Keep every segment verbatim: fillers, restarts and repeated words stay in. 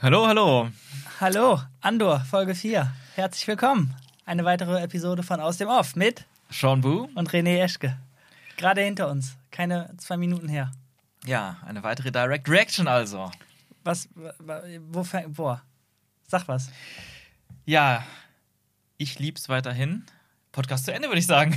Hallo, hallo. Hallo, Andor, Folge vier. Herzlich willkommen. Eine weitere Episode von Aus dem Off mit Sean Bu und René Eschke. Gerade hinter uns, keine zwei Minuten her. Ja, eine weitere Direct Reaction also. Was, wo fängt, boah, sag was. Ja, ich lieb's weiterhin. Podcast zu Ende, würde ich sagen.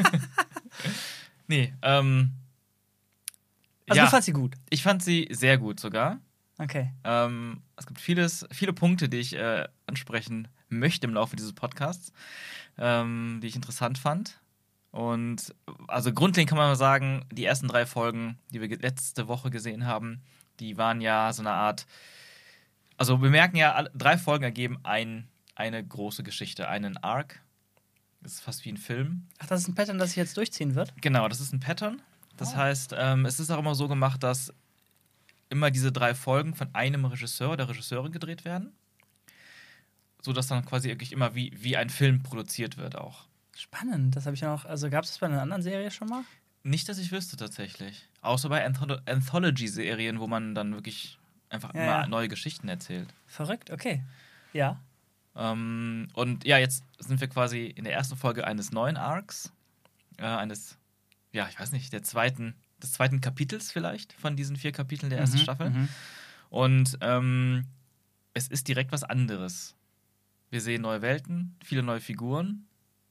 nee, ähm. Also ja, du fandst sie gut? Ich fand sie sehr gut sogar. Okay. Ähm, es gibt vieles, viele Punkte, die ich äh, ansprechen möchte im Laufe dieses Podcasts, ähm, die ich interessant fand. Und also grundlegend kann man mal sagen, die ersten drei Folgen, die wir letzte Woche gesehen haben, die waren ja so eine Art, also wir merken ja, alle, drei Folgen ergeben ein, eine große Geschichte, einen Arc. Das ist fast wie ein Film. Ach, das ist ein Pattern, das sich jetzt durchziehen wird? Genau, das ist ein Pattern. Das oh. heißt, ähm, es ist auch immer so gemacht, dass immer diese drei Folgen von einem Regisseur oder Regisseurin gedreht werden, sodass dann quasi wirklich immer wie, wie ein Film produziert wird auch. Spannend, das habe ich ja noch, also gab es das bei einer anderen Serie schon mal? Nicht, dass ich wüsste tatsächlich. Außer bei Antholo- Anthology-Serien, wo man dann wirklich einfach ja, immer ja. neue Geschichten erzählt. Verrückt, okay. Ja. Ähm, und ja, jetzt sind wir quasi in der ersten Folge eines neuen Arcs, äh, eines, ja, ich weiß nicht, der zweiten, des zweiten Kapitels vielleicht von diesen vier Kapiteln der ersten mhm, Staffel. Mhm. Und ähm, es ist direkt was anderes. Wir sehen neue Welten, viele neue Figuren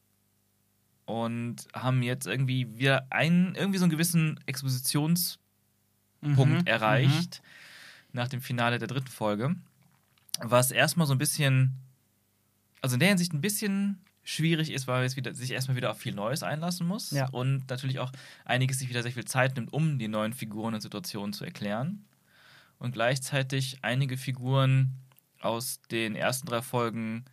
und haben jetzt irgendwie wieder einen, irgendwie so einen gewissen Expositionspunkt Mhm, erreicht nach dem Finale der dritten Folge, was erstmal so ein bisschen, also in der Hinsicht ein bisschen schwierig ist, weil es wieder, sich erstmal wieder auf viel Neues einlassen muss ja. und natürlich auch einiges sich wieder sehr viel Zeit nimmt, um die neuen Figuren und Situationen zu erklären. Und gleichzeitig einige Figuren aus den ersten drei Folgen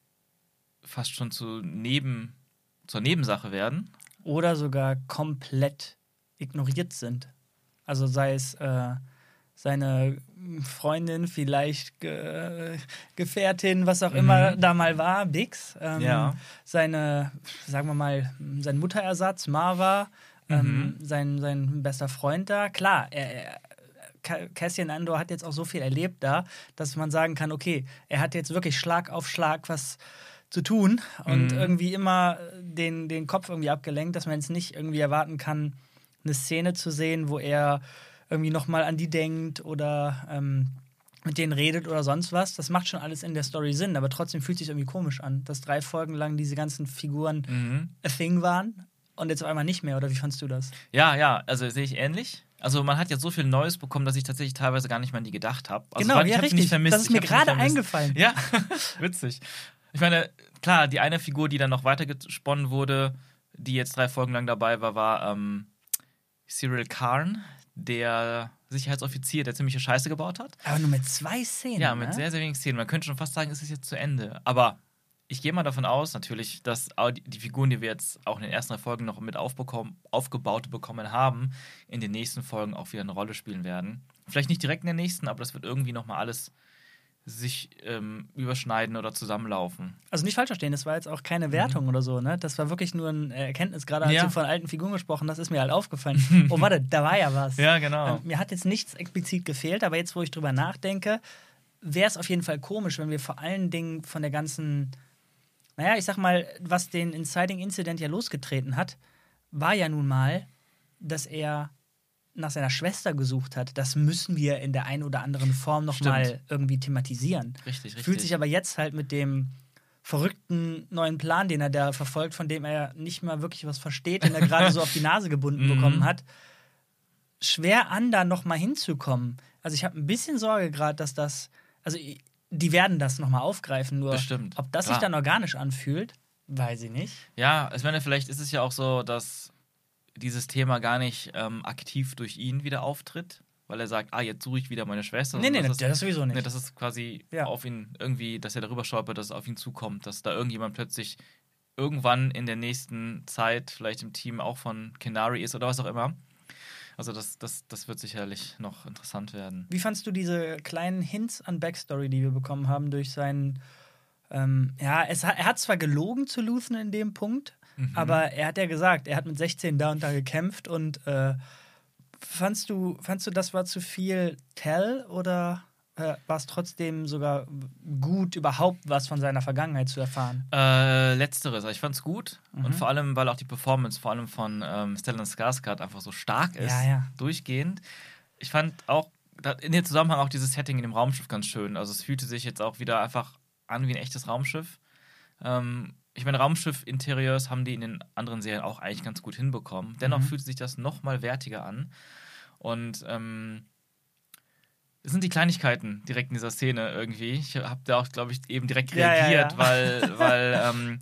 fast schon zu Neben, zur Nebensache werden. Oder sogar komplett ignoriert sind. Also sei es äh, seine Freundin, vielleicht Ge- Gefährtin, was auch Mhm. immer da mal war, Bix. Ähm, Ja. Seine, sagen wir mal, sein Mutterersatz, Marva, Mhm. ähm, sein, sein bester Freund da. Klar, er, er Cassian Andor hat jetzt auch so viel erlebt da, dass man sagen kann, okay, er hat jetzt wirklich Schlag auf Schlag was zu tun und Mhm. irgendwie immer den, den Kopf irgendwie abgelenkt, dass man jetzt nicht irgendwie erwarten kann, eine Szene zu sehen, wo er irgendwie nochmal an die denkt oder ähm, mit denen redet oder sonst was. Das macht schon alles in der Story Sinn, aber trotzdem fühlt sich irgendwie komisch an, dass drei Folgen lang diese ganzen Figuren Mhm. a thing waren und jetzt auf einmal nicht mehr, oder wie fandst du das? Ja, ja, also sehe ich ähnlich. Also man hat jetzt so viel Neues bekommen, dass ich tatsächlich teilweise gar nicht mehr an die gedacht habe. Also genau, ich ja, hab sie richtig. Nicht vermisst. Das ist mir Ich hab sie nicht gerade vermisst. eingefallen. Ja, witzig. Ich meine, klar, die eine Figur, die dann noch weitergesponnen wurde, die jetzt drei Folgen lang dabei war, war ähm, Cyril Karn, der Sicherheitsoffizier, der ziemliche Scheiße gebaut hat. Aber nur mit zwei Szenen, Ja, mit ne? sehr, sehr wenigen Szenen. Man könnte schon fast sagen, es ist jetzt zu Ende. Aber ich gehe mal davon aus, natürlich, dass die Figuren, die wir jetzt auch in den ersten drei Folgen noch mit aufgebaut bekommen haben, in den nächsten Folgen auch wieder eine Rolle spielen werden. Vielleicht nicht direkt in der nächsten, aber das wird irgendwie nochmal alles sich ähm, überschneiden oder zusammenlaufen. Also nicht falsch verstehen, das war jetzt auch keine Wertung mhm. oder so, ne? Das war wirklich nur eine Erkenntnis, gerade als ja. du von alten Figuren gesprochen hast, ist mir halt aufgefallen. Oh, warte, da war ja was. Ja, genau. Ähm, mir hat jetzt nichts explizit gefehlt, aber jetzt, wo ich drüber nachdenke, wäre es auf jeden Fall komisch, wenn wir vor allen Dingen von der ganzen, naja, ich sag mal, was den Inciting Incident ja losgetreten hat, war ja nun mal, dass er nach seiner Schwester gesucht hat. Das müssen wir in der einen oder anderen Form noch Stimmt. mal irgendwie thematisieren. Richtig, richtig. Fühlt sich aber jetzt halt mit dem verrückten neuen Plan, den er da verfolgt, von dem er nicht mal wirklich was versteht, den er gerade so auf die Nase gebunden bekommen hat, schwer an, da noch mal hinzukommen. Also ich habe ein bisschen Sorge gerade, dass das, also die werden das noch mal aufgreifen, nur Bestimmt. ob das Klar. sich dann organisch anfühlt, weiß ich nicht. Ja, ich meine, vielleicht ist es ja auch so, dass dieses Thema gar nicht ähm, aktiv durch ihn wieder auftritt, weil er sagt, ah, jetzt suche ich wieder meine Schwester. Nee, nee, das, das, ist, das sowieso nicht. Nee, das ist quasi ja. auf ihn irgendwie, dass er darüber stolpert, dass es auf ihn zukommt, dass da irgendjemand plötzlich irgendwann in der nächsten Zeit vielleicht im Team auch von Kenari ist oder was auch immer. Also das, das, das wird sicherlich noch interessant werden. Wie fandst du diese kleinen Hints an Backstory, die wir bekommen haben durch seinen ähm, ja, es, er hat zwar gelogen zu Luthen in dem Punkt, mhm. aber er hat ja gesagt, er hat mit sechzehn da und da gekämpft und äh, fandst du, fandst du, das war zu viel Tell oder äh, war es trotzdem sogar gut, überhaupt was von seiner Vergangenheit zu erfahren? Äh, letzteres. Also ich fand's gut. Mhm. Und vor allem, weil auch die Performance, vor allem von ähm, Stellan Skarsgård einfach so stark ist, Ja, ja. durchgehend. Ich fand auch da- in dem Zusammenhang auch dieses Setting in dem Raumschiff ganz schön. Also es fühlte sich jetzt auch wieder einfach an wie ein echtes Raumschiff. Ähm, ich meine, Raumschiff-Interieurs haben die in den anderen Serien auch eigentlich ganz gut hinbekommen. Dennoch Mhm. fühlt sich das noch mal wertiger an. Und ähm, es sind die Kleinigkeiten direkt in dieser Szene irgendwie. Ich habe da auch, glaube ich, eben direkt Ja, ja, reagiert, ja. weil, weil ähm,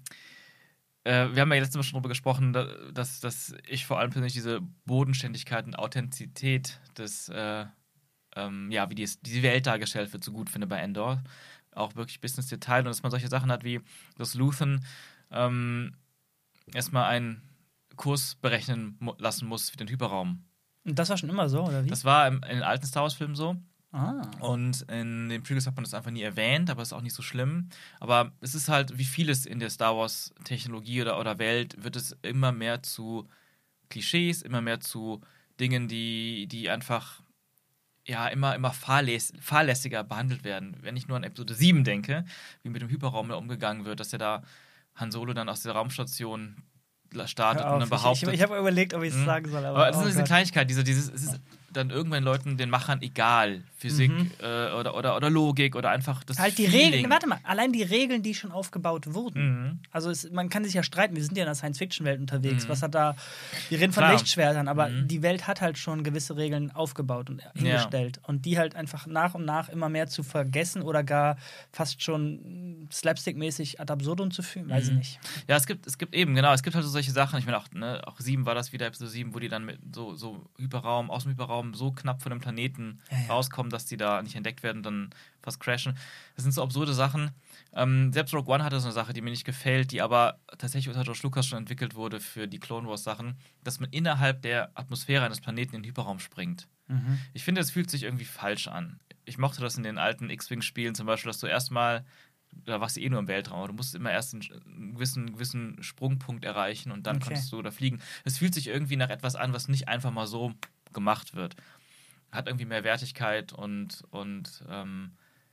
äh, wir haben ja letztes Mal schon darüber gesprochen, da- dass, dass ich vor allem persönlich diese Bodenständigkeit und Authentizität des, äh, ähm, ja, wie die, die Welt dargestellt wird, so gut finde bei Endor. Auch wirklich bis ins Detail und dass man solche Sachen hat wie, dass Luthen ähm, erstmal einen Kurs berechnen mu lassen muss für den Hyperraum. Und das war schon immer so, oder wie? Das war im, in den alten Star Wars-Filmen so. Ah. Und in den Prequels hat man das einfach nie erwähnt, aber ist auch nicht so schlimm. Aber es ist halt, wie vieles in der Star Wars-Technologie oder, oder Welt, wird es immer mehr zu Klischees, immer mehr zu Dingen, die, die einfach ja immer, immer fahrläss fahrlässiger behandelt werden. Wenn ich nur an Episode sieben denke, wie mit dem Hyperraum da umgegangen wird, dass er da Han Solo dann aus der Raumstation startet Hör und auf, dann behauptet. ich ich, ich habe überlegt, ob ich es Mhm. sagen soll. Aber, Aber das oh ist diese Gott. Kleinigkeit, diese, dieses, es ist dann irgendwann Leuten, den Machern egal. Physik Mhm. äh, oder, oder, oder Logik oder einfach das Halt die Feeling. Regeln, warte mal, allein die Regeln, die schon aufgebaut wurden. Mhm. Also es, man kann sich ja streiten, wir sind ja in der Science-Fiction-Welt unterwegs. Mhm. Was hat da, wir reden von Klar. Lichtschwertern, aber Mhm. die Welt hat halt schon gewisse Regeln aufgebaut und hingestellt. Und die halt einfach nach und nach immer mehr zu vergessen oder gar fast schon slapstick-mäßig ad absurdum zu führen, weiß ich Mhm. nicht. Ja, es gibt, es gibt eben, genau, es gibt halt so solche Sachen. Ich meine, auch, ne, auch sieben war das wieder, Episode sieben, wo die dann mit so, so Hyperraum, aus dem Hyperraum so knapp von dem Planeten Ja, ja. rauskommen, dass die da nicht entdeckt werden und dann fast crashen. Das sind so absurde Sachen. Ähm, selbst Rogue One hatte so eine Sache, die mir nicht gefällt, die aber tatsächlich unter George Lucas schon entwickelt wurde für die Clone Wars Sachen, dass man innerhalb der Atmosphäre eines Planeten in den Hyperraum springt. Mhm. Ich finde, es fühlt sich irgendwie falsch an. Ich mochte das in den alten X-Wing-Spielen zum Beispiel, dass du erstmal, da warst du eh nur im Weltraum, aber du musst immer erst einen, einen gewissen, gewissen Sprungpunkt erreichen und dann Okay. konntest du da fliegen. Es fühlt sich irgendwie nach etwas an, was nicht einfach mal so gemacht wird. Hat irgendwie mehr Wertigkeit und, und ähm,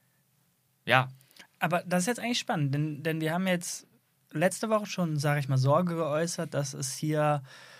ja. Aber das ist jetzt eigentlich spannend, denn, denn wir haben jetzt letzte Woche schon, sage ich mal, Sorge geäußert, dass es hier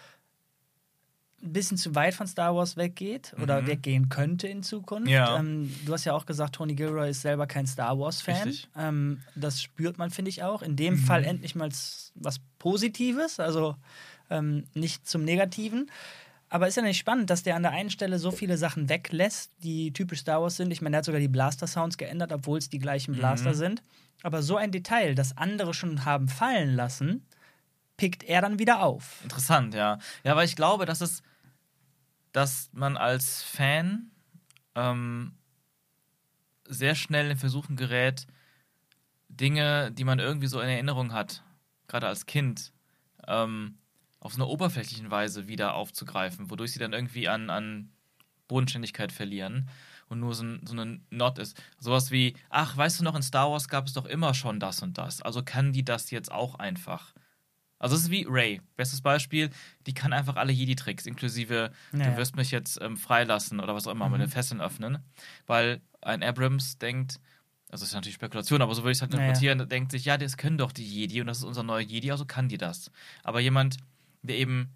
ein bisschen zu weit von Star Wars weggeht oder Mhm. weggehen könnte in Zukunft. Ja. Ähm, du hast ja auch gesagt, Tony Gilroy ist selber kein Star Wars-Fan. Richtig. Ähm, das spürt man, finde ich auch. In dem Mhm. Fall endlich mal s- was Positives, also ähm, nicht zum Negativen. Aber ist ja nicht spannend, dass der an der einen Stelle so viele Sachen weglässt, die typisch Star Wars sind. Ich meine, der hat sogar die Blaster-Sounds geändert, obwohl es die gleichen Blaster Mhm. sind. Aber so ein Detail, das andere schon haben fallen lassen, pickt er dann wieder auf. Interessant, ja. Ja, aber ich glaube, dass es, dass man als Fan ähm, sehr schnell in Versuchen gerät, Dinge, die man irgendwie so in Erinnerung hat, gerade als Kind, ähm, auf so einer oberflächlichen Weise wieder aufzugreifen, wodurch sie dann irgendwie an, an Bodenständigkeit verlieren und nur so, ein, so eine Not ist. Sowas wie, ach, weißt du noch, in Star Wars gab es doch immer schon das und das, also kann die das jetzt auch einfach. Also es ist wie Rey, bestes Beispiel, die kann einfach alle Jedi-Tricks, inklusive, Ja, du ja. wirst mich jetzt ähm, freilassen oder was auch immer, Mhm. meine Fesseln öffnen, weil ein Abrams denkt, also das ist natürlich Spekulation, aber so würde ich es halt Ja, ja. interpretieren, denkt sich, ja, das können doch die Jedi und das ist unser neuer Jedi, also kann die das. Aber jemand, der eben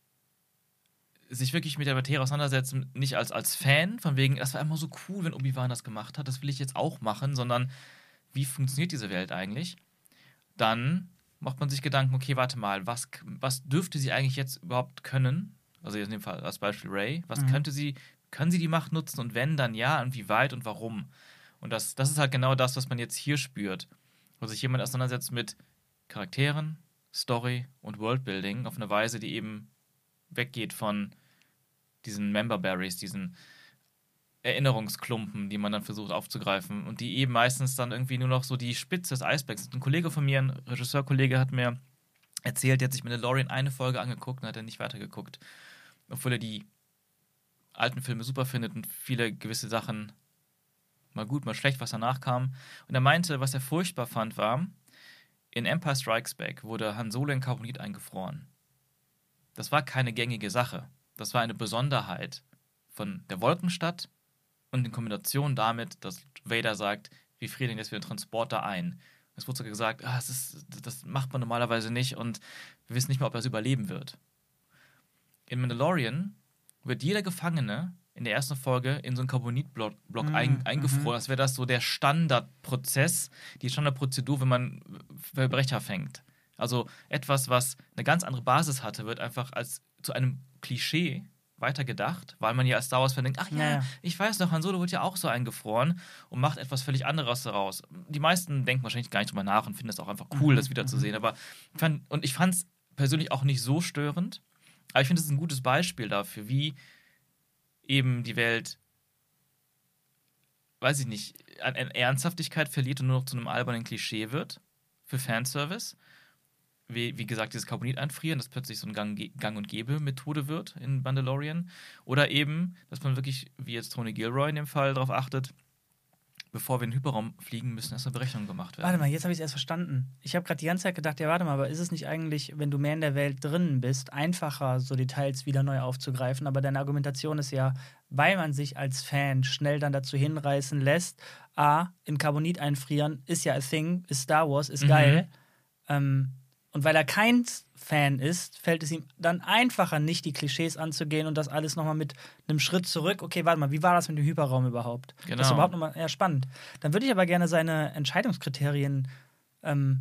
sich wirklich mit der Materie auseinandersetzt, nicht als, als Fan, von wegen, das war immer so cool, wenn Obi-Wan das gemacht hat, das will ich jetzt auch machen, sondern wie funktioniert diese Welt eigentlich? Dann macht man sich Gedanken, okay, warte mal, was, was dürfte sie eigentlich jetzt überhaupt können? Also in dem Fall als Beispiel Rey, was Mhm. könnte sie, können sie die Macht nutzen und wenn, dann ja, und wie weit und warum? Und das, das ist halt genau das, was man jetzt hier spürt. Wo sich jemand auseinandersetzt mit Charakteren, Story und Worldbuilding auf eine Weise, die eben weggeht von diesen Member Berries, diesen Erinnerungsklumpen, die man dann versucht aufzugreifen und die eben meistens dann irgendwie nur noch so die Spitze des Eisbergs sind. Ein Kollege von mir, ein Regisseurkollege, hat mir erzählt, der hat sich Mandalorian eine Folge angeguckt und hat dann nicht weitergeguckt. Obwohl er die alten Filme super findet und viele gewisse Sachen mal gut, mal schlecht, was danach kam. Und er meinte, was er furchtbar fand, war, in Empire Strikes Back wurde Han Solo in Carbonit eingefroren. Das war keine gängige Sache. Das war eine Besonderheit von der Wolkenstadt und in Kombination damit, dass Vader sagt, wir frieren jetzt wieder den Transporter ein. Es wurde sogar gesagt, ah, das, ist, das macht man normalerweise nicht und wir wissen nicht mehr, ob er es überleben wird. In Mandalorian wird jeder Gefangene in der ersten Folge in so einen Carbonitblock mm, ein, eingefroren. Mm-hmm. Das wäre das so der Standardprozess, die Standardprozedur, wenn man Verbrecher fängt. Also etwas, was eine ganz andere Basis hatte, wird einfach als zu einem Klischee weitergedacht, weil man ja als Star Wars-Fan denkt, ach ja, ja, ich weiß noch, Han Solo wird ja auch so eingefroren und macht etwas völlig anderes daraus. Die meisten denken wahrscheinlich gar nicht drüber nach und finden es auch einfach cool, mm-hmm. das wiederzusehen. Aber ich fand, und ich fand es persönlich auch nicht so störend, aber ich finde, es ist ein gutes Beispiel dafür, wie eben die Welt, weiß ich nicht, an, an Ernsthaftigkeit verliert und nur noch zu einem albernen Klischee wird für Fanservice. Wie, wie gesagt, dieses Carbonit einfrieren, das plötzlich so eine Gang, Gang- und Gäbe-Methode wird in Mandalorian. Oder eben, dass man wirklich, wie jetzt Tony Gilroy in dem Fall, darauf achtet, bevor wir in den Hyperraum fliegen, müssen erstmal Berechnungen gemacht werden. Warte mal, jetzt habe ich es erst verstanden. Ich habe gerade die ganze Zeit gedacht, ja, warte mal, aber ist es nicht eigentlich, wenn du mehr in der Welt drinnen bist, einfacher, so Details wieder neu aufzugreifen? Aber deine Argumentation ist ja, weil man sich als Fan schnell dann dazu hinreißen lässt, A, in Carbonit einfrieren, ist ja a thing, ist Star Wars, ist mhm. geil. Ähm, und weil er kein Fan ist, fällt es ihm dann einfacher, nicht die Klischees anzugehen und das alles nochmal mit einem Schritt zurück. Okay, warte mal, wie war das mit dem Hyperraum überhaupt? Genau. Das ist überhaupt nochmal eher spannend. Dann würde ich aber gerne seine Entscheidungskriterien, ähm,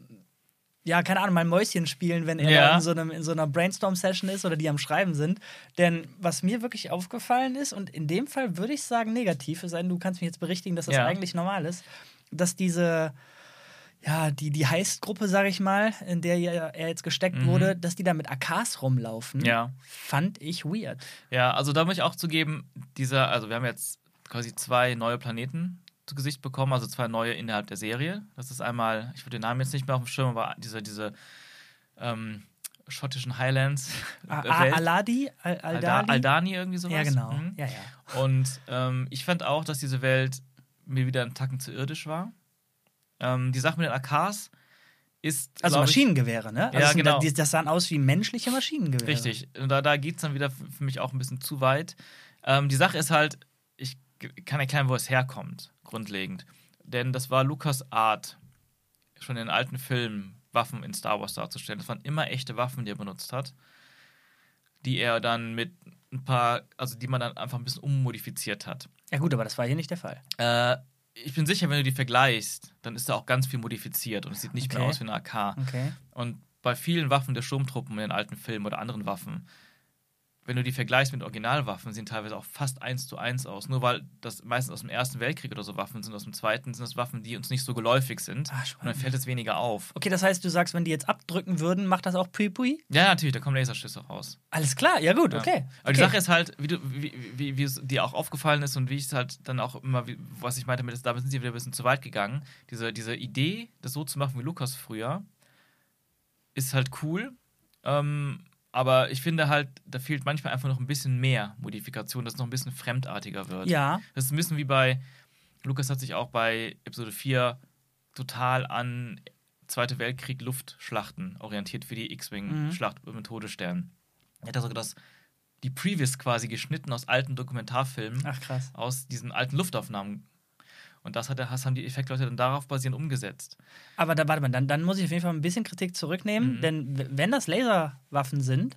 ja, keine Ahnung, mal Mäuschen spielen, wenn er ja. da in so, einem, in so einer Brainstorm-Session ist oder die am Schreiben sind. Denn was mir wirklich aufgefallen ist, und in dem Fall würde ich sagen negativ, es sei denn, du kannst mich jetzt berichtigen, dass das ja. eigentlich normal ist, dass diese Ja, die, die Heist-Gruppe, sag ich mal, in der er jetzt gesteckt mhm. wurde, dass die da mit A Ks rumlaufen, ja. fand ich weird. Ja, also da muss ich auch zugeben, dieser, also wir haben jetzt quasi zwei neue Planeten zu Gesicht bekommen, also zwei neue innerhalb der Serie. Das ist einmal, ich würde den Namen jetzt nicht mehr auf dem Schirm, aber diese, diese ähm, schottischen Highlands. A- A- Aladi? Al- Aldani? Aldani, irgendwie sowas. Ja, genau. Mhm. Ja, ja. Und ähm, ich fand auch, dass diese Welt mir wieder einen Tacken zu irdisch war. Ähm, die Sache mit den A Ks ist. Also Maschinengewehre, ne? Also ja, das, genau. das, das sahen aus wie menschliche Maschinengewehre. Richtig. Und da, da geht es dann wieder für mich auch ein bisschen zu weit. Ähm, die Sache ist halt, ich kann erklären, wo es herkommt, grundlegend. Denn das war Lucas Art, schon in den alten Filmen Waffen in Star Wars darzustellen. Das waren immer echte Waffen, die er benutzt hat, die er dann mit ein paar, also die man dann einfach ein bisschen ummodifiziert hat. Ja gut, aber das war hier nicht der Fall. Äh, ich bin sicher, wenn du die vergleichst, dann ist da auch ganz viel modifiziert und es sieht nicht okay. mehr aus wie eine A K. Okay. Und bei vielen Waffen der Sturmtruppen in den alten Filmen oder anderen Waffen, wenn du die vergleichst mit Originalwaffen, sehen teilweise auch fast eins zu eins aus. Nur weil das meistens aus dem Ersten Weltkrieg oder so Waffen sind, aus dem Zweiten sind das Waffen, die uns nicht so geläufig sind. Ah, und dann fällt es weniger auf. Okay, das heißt, du sagst, wenn die jetzt abdrücken würden, macht das auch Pui-Pui? Ja, natürlich, da kommen Laserschüsse raus. Alles klar, ja gut, ja. okay. Aber die okay. Sache ist halt, wie, du, wie, wie, wie es dir auch aufgefallen ist und wie ich es halt dann auch immer, wie, was ich meinte, mit, da sind sie wieder ein bisschen zu weit gegangen. Diese, diese Idee, das so zu machen wie Lukas früher, ist halt cool. Ähm, aber ich finde halt, da fehlt manchmal einfach noch ein bisschen mehr Modifikation, dass es noch ein bisschen fremdartiger wird. Ja. Das ist ein bisschen wie bei, Lukas hat sich auch bei Episode vier total an Zweite Weltkrieg Luftschlachten orientiert für die X-Wing-Schlacht mhm. mit Todessternen. Er hat also das, die Previous quasi geschnitten aus alten Dokumentarfilmen. Ach krass. Aus diesen alten Luftaufnahmen. Und das, hat, das haben die Effektleute dann darauf basierend umgesetzt. Aber da, warte mal, dann, dann muss ich auf jeden Fall ein bisschen Kritik zurücknehmen, mhm. denn wenn das Laserwaffen sind,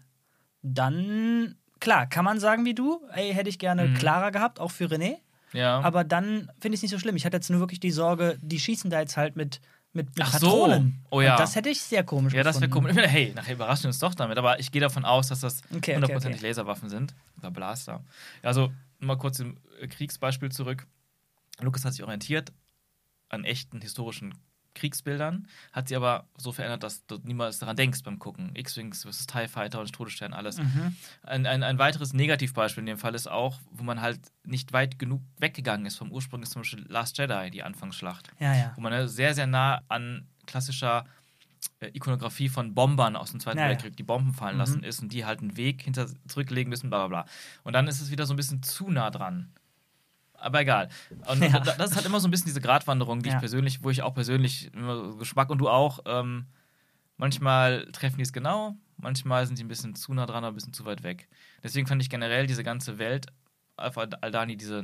dann, klar, kann man sagen wie du, ey, hätte ich gerne mhm. klarer gehabt, auch für René. Ja. Aber dann finde ich es nicht so schlimm. Ich hatte jetzt nur wirklich die Sorge, die schießen da jetzt halt mit, mit, mit Ach Patronen. So. Oh ja. Und das hätte ich sehr komisch ja, gefunden. Ja, das wäre komisch. Hey, nachher überraschen wir uns doch damit. Aber ich gehe davon aus, dass das okay, hundertprozentig okay, okay. Laserwaffen sind. Oder Blaster. Also, mal kurz zum Kriegsbeispiel zurück. Lucas hat sich orientiert an echten historischen Kriegsbildern, hat sie aber so verändert, dass du niemals daran denkst beim Gucken. X-Wings versus TIE Fighter und Todesstern, alles. Mhm. Ein, ein, ein weiteres Negativbeispiel in dem Fall ist auch, wo man halt nicht weit genug weggegangen ist vom Ursprung, ist zum Beispiel Last Jedi, die Anfangsschlacht. Ja, ja. Wo man sehr, sehr nah an klassischer äh, Ikonografie von Bombern aus dem Zweiten ja, Weltkrieg, die Bomben fallen mhm. lassen ist und die halt einen Weg hinter zurücklegen müssen, bla bla bla. Und dann ist es wieder so ein bisschen zu nah dran. Aber egal. Und ja. das ist halt immer so ein bisschen diese Gratwanderung, die ja. ich persönlich, wo ich auch persönlich immer Geschmack und du auch, ähm, manchmal treffen die es genau, manchmal sind die ein bisschen zu nah dran oder ein bisschen zu weit weg. Deswegen fand ich generell diese ganze Welt, Alpha Aldani, diese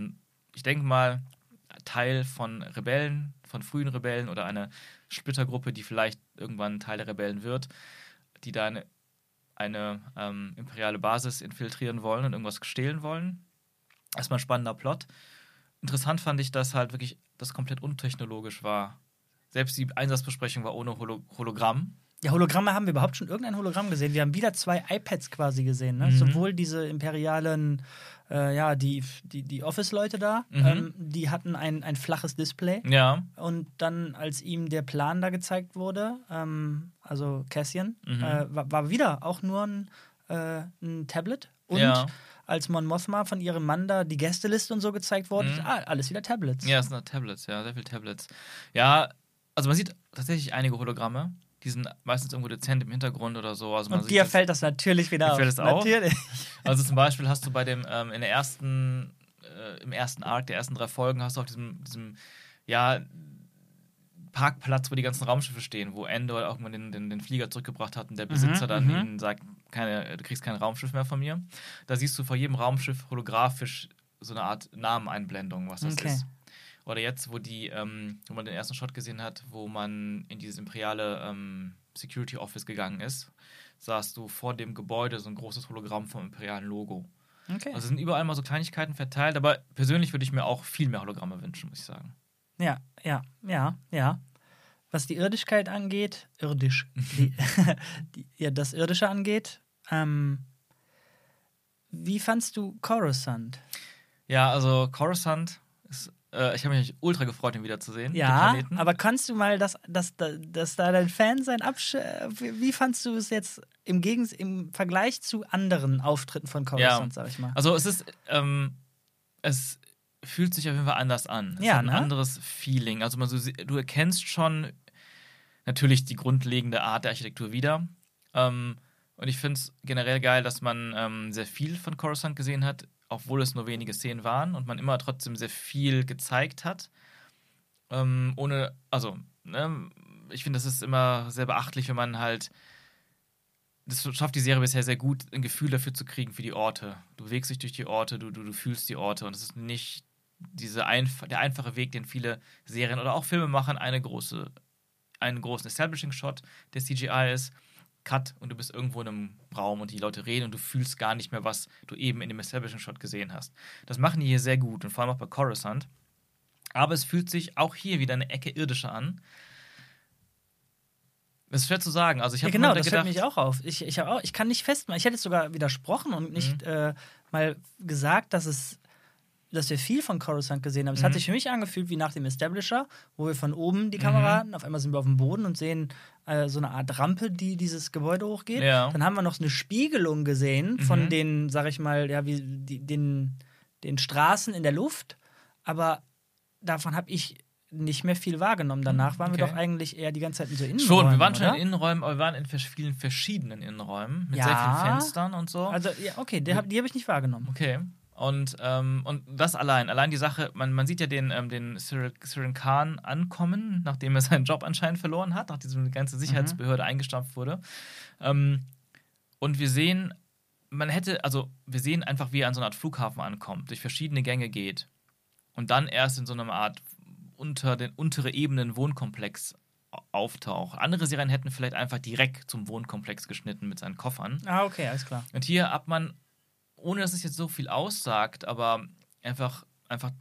ich denke mal, Teil von Rebellen, von frühen Rebellen oder eine Splittergruppe, die vielleicht irgendwann Teil der Rebellen wird, die da eine, eine ähm, imperiale Basis infiltrieren wollen und irgendwas stehlen wollen. Erstmal ein spannender Plot. Interessant fand ich, dass halt wirklich das komplett untechnologisch war. Selbst die Einsatzbesprechung war ohne Holo- Hologramm. Ja, Hologramme, haben wir überhaupt schon irgendein Hologramm gesehen? Wir haben wieder zwei iPads quasi gesehen, ne? Mhm. Sowohl diese imperialen, äh, ja, die, die, die Office-Leute da, Mhm. ähm, die hatten ein, ein flaches Display. Ja. Und dann, als ihm der Plan da gezeigt wurde, ähm, also Cassian, Mhm. äh, war, war wieder auch nur ein, äh, ein Tablet. Und Ja. als Mon Mothma von ihrem Mann da die Gästeliste und so gezeigt wurde, Mhm. ah, alles wieder Tablets. Ja, es sind Tablets, ja, sehr viele Tablets. Ja, also man sieht tatsächlich einige Hologramme. Die sind meistens irgendwo dezent im Hintergrund oder so. Also man Und sieht dir jetzt- fällt das natürlich wieder Mir auf. fällt es auf. Natürlich. Also zum Beispiel hast du bei dem, ähm, in der ersten, äh, im ersten Arc der ersten drei Folgen hast du auf diesem, diesem, ja, Parkplatz, wo die ganzen Raumschiffe stehen, wo Endor irgendwann den, den, den Flieger zurückgebracht hat und der Besitzer dann mhm. ihnen sagt, keine, du kriegst kein Raumschiff mehr von mir. Da siehst du vor jedem Raumschiff holographisch so eine Art Nameneinblendung, was das Okay. ist. Oder jetzt, wo die, ähm, wo man den ersten Shot gesehen hat, wo man in dieses imperiale ähm, Security Office gegangen ist, sahst du vor dem Gebäude so ein großes Hologramm vom imperialen Logo. Okay. Also sind überall mal so Kleinigkeiten verteilt, aber persönlich würde ich mir auch viel mehr Hologramme wünschen, muss ich sagen. Ja, ja, ja, ja. Was die Irdischkeit angeht, irdisch, die, die, ja, das Irdische angeht, ähm, wie fandst du Coruscant? Ja, also Coruscant ist, äh, ich habe mich ultra gefreut, ihn wiederzusehen. den Ja, Planeten. aber kannst du mal das, das, das, das da dein Fan sein absch... Wie, wie fandst du es jetzt im, Gegens im Vergleich zu anderen Auftritten von Coruscant, Ja. sag ich mal? Also es ist, ähm, es fühlt sich auf jeden Fall anders an. Es Ja, hat ein ne? anderes Feeling. Also man so, du erkennst schon natürlich die grundlegende Art der Architektur wieder. Ähm, und ich finde es generell geil, dass man ähm, sehr viel von Coruscant gesehen hat, obwohl es nur wenige Szenen waren und man immer trotzdem sehr viel gezeigt hat. Ähm, ohne, also, ne, ich finde, das ist immer sehr beachtlich, wenn man halt, das schafft die Serie bisher sehr gut, ein Gefühl dafür zu kriegen für die Orte. Du bewegst dich durch die Orte, du, du, du fühlst die Orte und es ist nicht diese einf- der einfache Weg, den viele Serien oder auch Filme machen, eine große, einen großen Establishing-Shot, der C G I ist, Cut und du bist irgendwo in einem Raum und die Leute reden und du fühlst gar nicht mehr, was du eben in dem Establishing-Shot gesehen hast. Das machen die hier sehr gut und vor allem auch bei Coruscant. Aber es fühlt sich auch hier wieder eine Ecke irdischer an. Das ist schwer zu sagen. Also ich Ja, habe genau, immer das gedacht, fällt mich auch auf. Ich, ich, hab auch, ich kann nicht festmachen. Ich hätte jetzt sogar widersprochen und nicht Mhm. äh, mal gesagt, dass es dass wir viel von Coruscant gesehen haben. Es Mhm. hat sich für mich angefühlt wie nach dem Establisher, wo wir von oben die Kamera Mhm. hatten, auf einmal sind wir auf dem Boden und sehen äh, so eine Art Rampe, die dieses Gebäude hochgeht. Ja. Dann haben wir noch so eine Spiegelung gesehen von Mhm. den, sag ich mal, ja, wie die, den, den Straßen in der Luft. Aber davon habe ich nicht mehr viel wahrgenommen. Danach waren wir Okay. doch eigentlich eher die ganze Zeit in so Innenräumen, schon, wir waren oder? schon in Innenräumen, aber wir waren in vers- vielen verschiedenen Innenräumen mit Ja. sehr vielen Fenstern und so. Also, ja, okay, die habe die hab ich nicht wahrgenommen. Okay. Und, ähm, und das allein, allein die Sache, man, man sieht ja den, ähm, den Cyril, Cyril Khan ankommen, nachdem er seinen Job anscheinend verloren hat, nachdem die ganze Sicherheitsbehörde eingestampft wurde. Ähm, und wir sehen, man hätte, also wir sehen einfach, wie er an so einer Art Flughafen ankommt, durch verschiedene Gänge geht und dann erst in so einer Art unter den untere Ebenen Wohnkomplex auftaucht. Andere Serien hätten vielleicht einfach direkt zum Wohnkomplex geschnitten mit seinen Koffern. Ah, okay, alles klar. Und hier hat man, ohne dass es jetzt so viel aussagt, aber einfach, einfach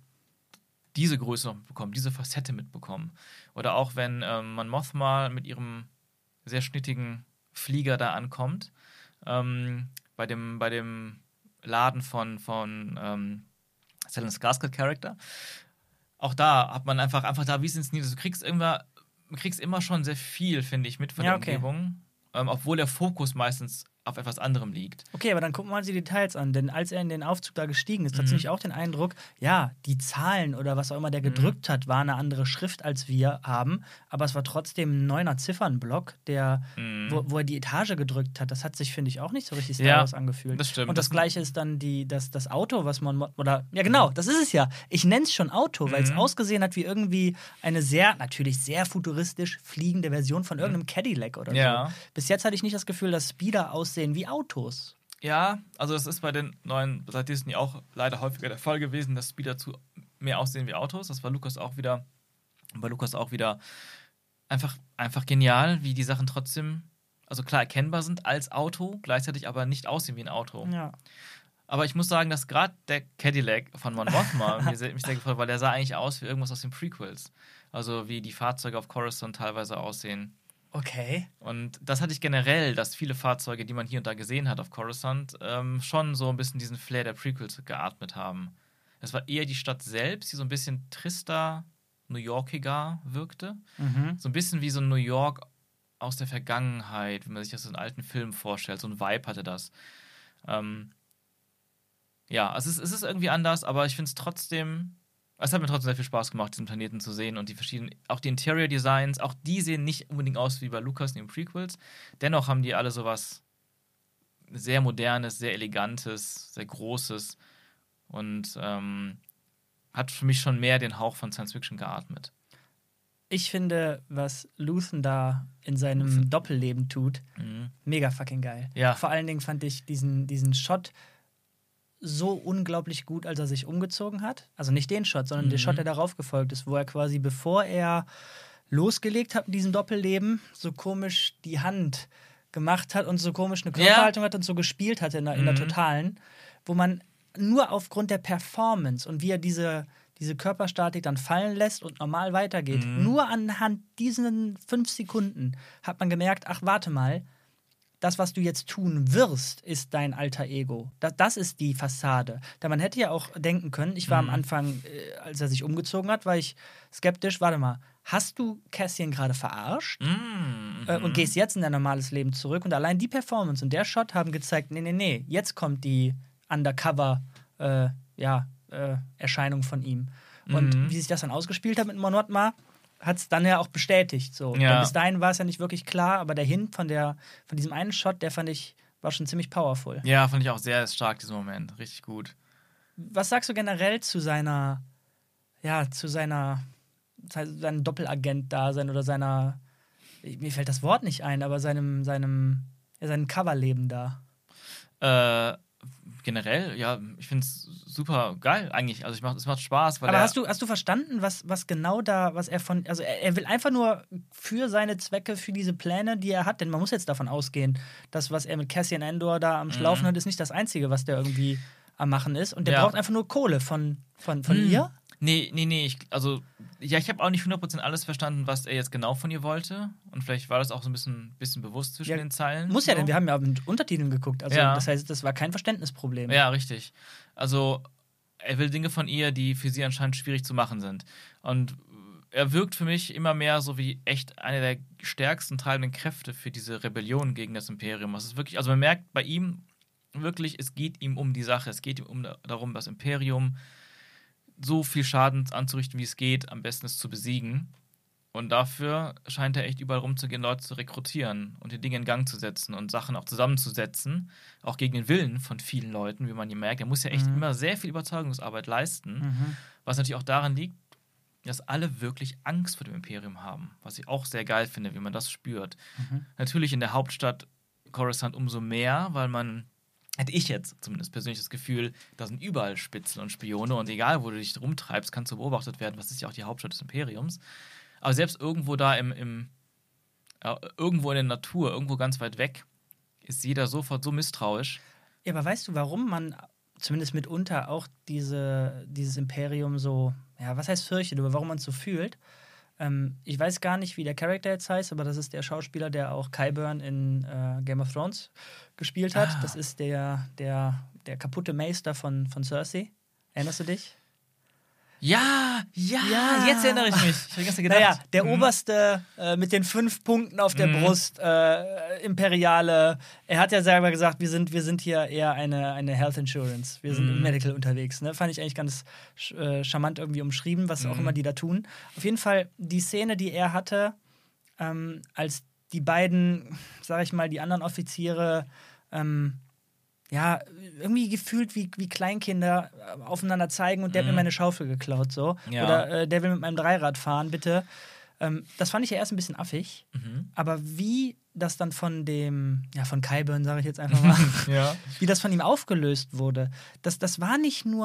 diese Größe noch mitbekommen, diese Facette mitbekommen. Oder auch wenn ähm, man Mothma mit ihrem sehr schnittigen Flieger da ankommt, ähm, bei, dem, bei dem Laden von, von ähm, Stellan Skarsgård Charakter. Auch da hat man einfach, einfach da, wie es inszeniert ist. Du kriegst immer, du kriegst immer schon sehr viel, finde ich, mit von Ja, der okay. Umgebung. Ähm, obwohl der Fokus meistens auf etwas anderem liegt. Okay, aber dann gucken wir uns die Details an, denn als er in den Aufzug da gestiegen ist, hatte Mhm. ich auch den Eindruck, ja, die Zahlen oder was auch immer der gedrückt hat, war eine andere Schrift, als wir haben, aber es war trotzdem ein neuner Ziffernblock, der, Mhm. wo, wo er die Etage gedrückt hat. Das hat sich, finde ich, auch nicht so richtig Star Ja, Wars angefühlt. das stimmt. Und das, Das- Gleiche ist dann die, das, das Auto, was man, oder, ja genau, das ist es ja. Ich nenne es schon Auto, weil es Mhm. ausgesehen hat wie irgendwie eine sehr, natürlich sehr futuristisch fliegende Version von irgendeinem Cadillac oder Ja. so. Bis jetzt hatte ich nicht das Gefühl, dass Speeder aussehen wie Autos. Ja, also das ist bei den neuen, seit Disney auch leider häufiger der Fall gewesen, dass Speeder zu mehr aussehen wie Autos. Das war Lucas auch wieder, bei Lucas auch wieder einfach, einfach genial, wie die Sachen trotzdem, also klar erkennbar sind als Auto, gleichzeitig aber nicht aussehen wie ein Auto. Ja. Aber ich muss sagen, dass gerade der Cadillac von Mon Mothma mir sehr, mich sehr gefreut, weil der sah eigentlich aus wie irgendwas aus den Prequels. Also wie die Fahrzeuge auf Coruscant teilweise aussehen. Okay. Und das hatte ich generell, dass viele Fahrzeuge, die man hier und da gesehen hat auf Coruscant, ähm, schon so ein bisschen diesen Flair der Prequels geatmet haben. Es war eher die Stadt selbst, die so ein bisschen trister, New Yorkiger wirkte. Mhm. So ein bisschen wie so ein New York aus der Vergangenheit, wie man sich das in alten Filmen vorstellt. So ein Vibe hatte das. Ähm, ja, es ist, es ist irgendwie anders, aber ich finde es trotzdem, es hat mir trotzdem sehr viel Spaß gemacht, diesen Planeten zu sehen und die verschiedenen, auch die Interior Designs, auch die sehen nicht unbedingt aus wie bei Lucas in den Prequels. Dennoch haben die alle sowas sehr Modernes, sehr Elegantes, sehr Großes und ähm, hat für mich schon mehr den Hauch von Science Fiction geatmet. Ich finde, was Luthen da in seinem Luthen. Doppelleben tut, Mhm. mega fucking geil. Ja. Vor allen Dingen fand ich diesen, diesen Shot so unglaublich gut, als er sich umgezogen hat. Also nicht den Shot, sondern Mhm. der Shot, der darauf gefolgt ist, wo er quasi, bevor er losgelegt hat mit diesem Doppelleben, so komisch die Hand gemacht hat und so komisch eine Körperhaltung hat und so gespielt hat in der, in der Mhm. Totalen, wo man nur aufgrund der Performance und wie er diese, diese Körperstatik dann fallen lässt und normal weitergeht, Mhm. nur anhand diesen fünf Sekunden hat man gemerkt, ach, warte mal, das, was du jetzt tun wirst, ist dein alter Ego. Das, das ist die Fassade. Da man hätte ja auch denken können, ich war Mhm. am Anfang, äh, als er sich umgezogen hat, war ich skeptisch, warte mal, hast du Cassian gerade verarscht? Mhm. Äh, und gehst jetzt in dein normales Leben zurück? Und allein die Performance und der Shot haben gezeigt, nee, nee, nee, jetzt kommt die Undercover, äh, ja, äh, Erscheinung von ihm. Und Mhm. wie sich das dann ausgespielt hat mit Mon Mothma, hat es dann ja auch bestätigt. So. Ja. Denn bis dahin war es ja nicht wirklich klar, aber der Hint von, der, von diesem einen Shot, der fand ich, war schon ziemlich powerful. Ja, fand ich auch sehr stark, diesen Moment. Richtig gut. Was sagst du generell zu seiner, ja, zu seiner, seinem Doppelagent-Dasein oder seiner, mir fällt das Wort nicht ein, aber seinem, seinem, ja, seinem Coverleben da? Äh, generell, ja, ich finde es super geil eigentlich. Also ich mach, es macht Spaß, weil Aber er, hast du, hast du verstanden, was, was genau da, was er von, also er, er will einfach nur für seine Zwecke, für diese Pläne, die er hat, denn man muss jetzt davon ausgehen, das, was er mit Cassian Andor da am Schlaufen Mhm. hat, ist nicht das Einzige, was der irgendwie am Machen ist. Und der Ja. braucht einfach nur Kohle von, von, von Hm. ihr. Nee, nee, nee. Ich, also, ja, ich habe auch nicht hundert Prozent alles verstanden, was er jetzt genau von ihr wollte. Und vielleicht war das auch so ein bisschen, bisschen bewusst zwischen Ja, den Zeilen. Muss ja, so. denn wir haben ja mit Untertiteln geguckt. Also Ja. das heißt, das war kein Verständnisproblem. Ja, richtig. Also, er will Dinge von ihr, die für sie anscheinend schwierig zu machen sind. Und er wirkt für mich immer mehr so wie echt eine der stärksten treibenden Kräfte für diese Rebellion gegen das Imperium. Es ist wirklich, also man merkt bei ihm wirklich, es geht ihm um die Sache. Es geht ihm um darum, das Imperium so viel Schaden anzurichten, wie es geht, am besten es zu besiegen. Und dafür scheint er echt überall rumzugehen, Leute zu rekrutieren und die Dinge in Gang zu setzen und Sachen auch zusammenzusetzen, auch gegen den Willen von vielen Leuten, wie man hier merkt. Er muss ja echt Mhm. immer sehr viel Überzeugungsarbeit leisten, Mhm. was natürlich auch daran liegt, dass alle wirklich Angst vor dem Imperium haben, was ich auch sehr geil finde, wie man das spürt. Mhm. Natürlich in der Hauptstadt Coruscant umso mehr, weil man, hätte ich jetzt zumindest persönlich das Gefühl, da sind überall Spitzel und Spione und egal, wo du dich rumtreibst, kannst du beobachtet werden. Was ist ja auch die Hauptstadt des Imperiums. Aber selbst irgendwo da im, im äh, irgendwo in der Natur, irgendwo ganz weit weg, ist jeder sofort so misstrauisch. Ja, aber weißt du, warum man zumindest mitunter auch diese, dieses Imperium so, ja, was heißt fürchtet, aber warum man es so fühlt? Ähm, ich weiß gar nicht, wie der Charakter jetzt heißt, aber das ist der Schauspieler, der auch Qyburn in äh, Game of Thrones gespielt hat. Ah. Das ist der, der, der kaputte Meister von, von Cersei. Erinnerst du dich? Ja, ja, Ja. jetzt erinnere ich mich. Ich habe gestern gedacht. Naja, der mhm. oberste äh, mit den fünf Punkten auf der Mhm. Brust, äh, imperiale. Er hat ja selber gesagt, wir sind, wir sind hier eher eine, eine Health Insurance. Wir sind Mhm. im Medical unterwegs. Ne? Fand ich eigentlich ganz sch- äh, charmant irgendwie umschrieben, was auch Mhm. immer die da tun. Auf jeden Fall die Szene, die er hatte, ähm, als die beiden, sag ich mal, die anderen Offiziere, ähm, ja, irgendwie gefühlt wie, wie Kleinkinder äh, aufeinander zeigen und der hat Mhm. mir meine Schaufel geklaut, so. Ja. Oder äh, der will mit meinem Dreirad fahren, bitte. Ähm, das fand ich ja erst ein bisschen affig, Mhm. aber wie das dann von dem, ja, von Qyburn, sage ich jetzt einfach mal, Ja. wie das von ihm aufgelöst wurde, das, das war nicht nur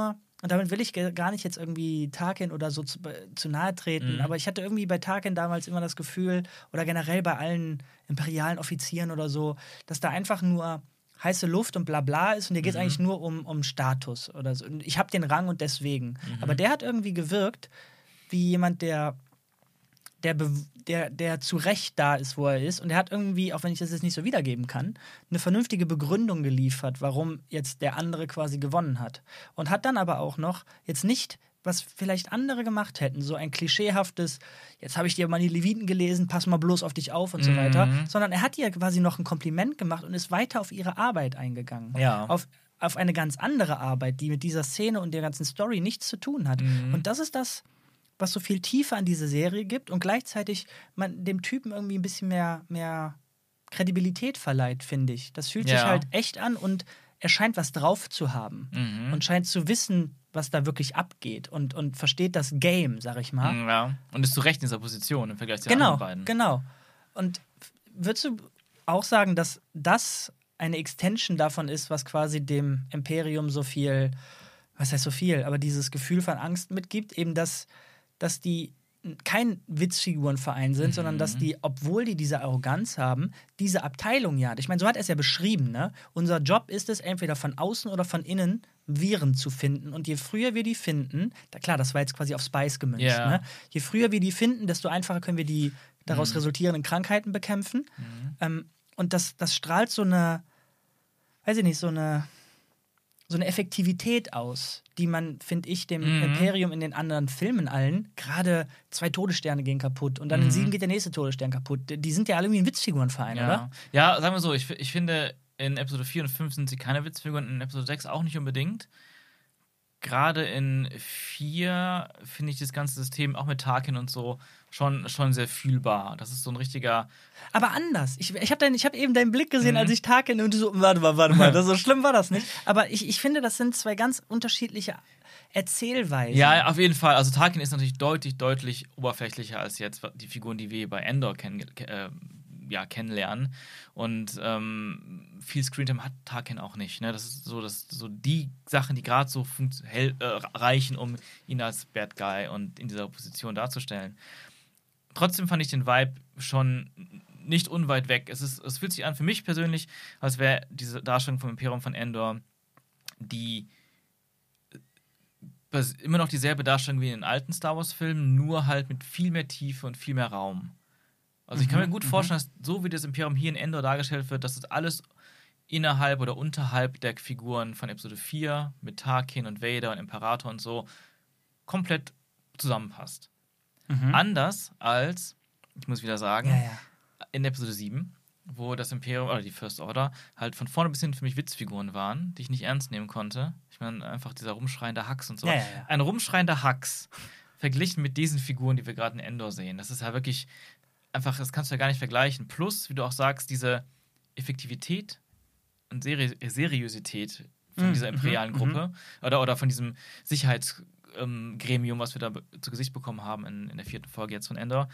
und damit will ich gar nicht jetzt irgendwie Tarkin oder so zu, zu nahe treten, Mhm. aber ich hatte irgendwie bei Tarkin damals immer das Gefühl, oder generell bei allen imperialen Offizieren oder so, dass da einfach nur heiße Luft und bla bla ist und dir geht es Mhm. eigentlich nur um, um Status oder so. Und ich habe den Rang und deswegen. Mhm. Aber der hat irgendwie gewirkt wie jemand, der, der, be- der, der zu Recht da ist, wo er ist. Und er hat irgendwie, auch wenn ich das jetzt nicht so wiedergeben kann, eine vernünftige Begründung geliefert, warum jetzt der andere quasi gewonnen hat. Und hat dann aber auch noch jetzt nicht, was vielleicht andere gemacht hätten, so ein klischeehaftes, jetzt habe ich dir mal die Leviten gelesen, pass mal bloß auf dich auf und so Mhm. weiter, sondern er hat ihr quasi noch ein Kompliment gemacht und ist weiter auf ihre Arbeit eingegangen. Ja. Auf, auf eine ganz andere Arbeit, die mit dieser Szene und der ganzen Story nichts zu tun hat. Mhm. Und das ist das, was so viel Tiefe an diese Serie gibt und gleichzeitig man dem Typen irgendwie ein bisschen mehr, mehr Kredibilität verleiht, finde ich. Das fühlt sich Ja. halt echt an und er scheint was drauf zu haben Mhm. und scheint zu wissen, was da wirklich abgeht und, und versteht das Game, sag ich mal. Ja. Und ist zu Recht in dieser Position im Vergleich zu den Genau, anderen beiden. genau. Und würdest du auch sagen, dass das eine Extension davon ist, was quasi dem Imperium so viel, was heißt so viel, aber dieses Gefühl von Angst mitgibt, eben dass, dass die kein Witzfigurenverein sind, Mhm. sondern dass die, obwohl die diese Arroganz haben, diese Abteilung ja, ich meine, so hat er es ja beschrieben, ne? Unser Job ist es, entweder von außen oder von innen Viren zu finden. Und je früher wir die finden, da, klar, das war jetzt quasi auf Spice gemünzt, Ja. ne? Je früher wir die finden, desto einfacher können wir die daraus Mhm. resultierenden Krankheiten bekämpfen. Mhm. Ähm, und das, das strahlt so eine, weiß ich nicht, so eine, so eine Effektivität aus, die man, finde ich, dem Mhm. Imperium in den anderen Filmen allen, gerade zwei Todessterne gehen kaputt und dann in Mhm. sieben geht der nächste Todesstern kaputt. Die sind ja alle irgendwie ein Witzfigurenverein, Ja. oder? Ja, sagen wir so, ich, ich finde, in Episode vier und fünf sind sie keine Witzfiguren, in Episode sechs auch nicht unbedingt. Gerade in vier finde ich das ganze System, auch mit Tarkin und so, schon, schon sehr fühlbar. Das ist so ein richtiger. Aber anders. Ich, ich habe hab eben deinen Blick gesehen, Mhm. als ich Tarkin und du so, warte mal, warte mal, das so schlimm war das nicht. Aber ich, ich finde, das sind zwei ganz unterschiedliche Erzählweisen. Ja, auf jeden Fall. Also Tarkin ist natürlich deutlich, deutlich oberflächlicher als jetzt die Figuren, die wir bei Endor kenn äh, ja, kennenlernen. Und ähm, viel Screentime hat Tarkin auch nicht. Ne? Das ist so, das, so die Sachen, die gerade so hell, äh, reichen, um ihn als Bad Guy und in dieser Position darzustellen. Trotzdem fand ich den Vibe schon nicht unweit weg. Es, ist, es fühlt sich an für mich persönlich, als wäre diese Darstellung vom Imperium von Endor die immer noch dieselbe Darstellung wie in den alten Star Wars-Filmen, nur halt mit viel mehr Tiefe und viel mehr Raum. Also ich kann mir gut vorstellen, dass so wie das Imperium hier in Endor dargestellt wird, dass das alles innerhalb oder unterhalb der Figuren von Episode vier mit Tarkin und Vader und Imperator und so komplett zusammenpasst. Mhm. Anders als, ich muss wieder sagen, Ja, ja. in Episode sieben, wo das Imperium oder die First Order halt von vorne bis hin für mich Witzfiguren waren, die ich nicht ernst nehmen konnte. Ich meine, einfach dieser rumschreiende Hux und so. Ja, ja, ja. Ein rumschreiender Hux verglichen mit diesen Figuren, die wir gerade in Endor sehen. Das ist ja wirklich einfach, das kannst du ja gar nicht vergleichen. Plus, wie du auch sagst, diese Effektivität und Seri Seriosität von Mhm, dieser imperialen mhm, Gruppe oder, oder von diesem Sicherheitsgremium, was wir da be- zu Gesicht bekommen haben in, in der vierten Folge jetzt von Endor.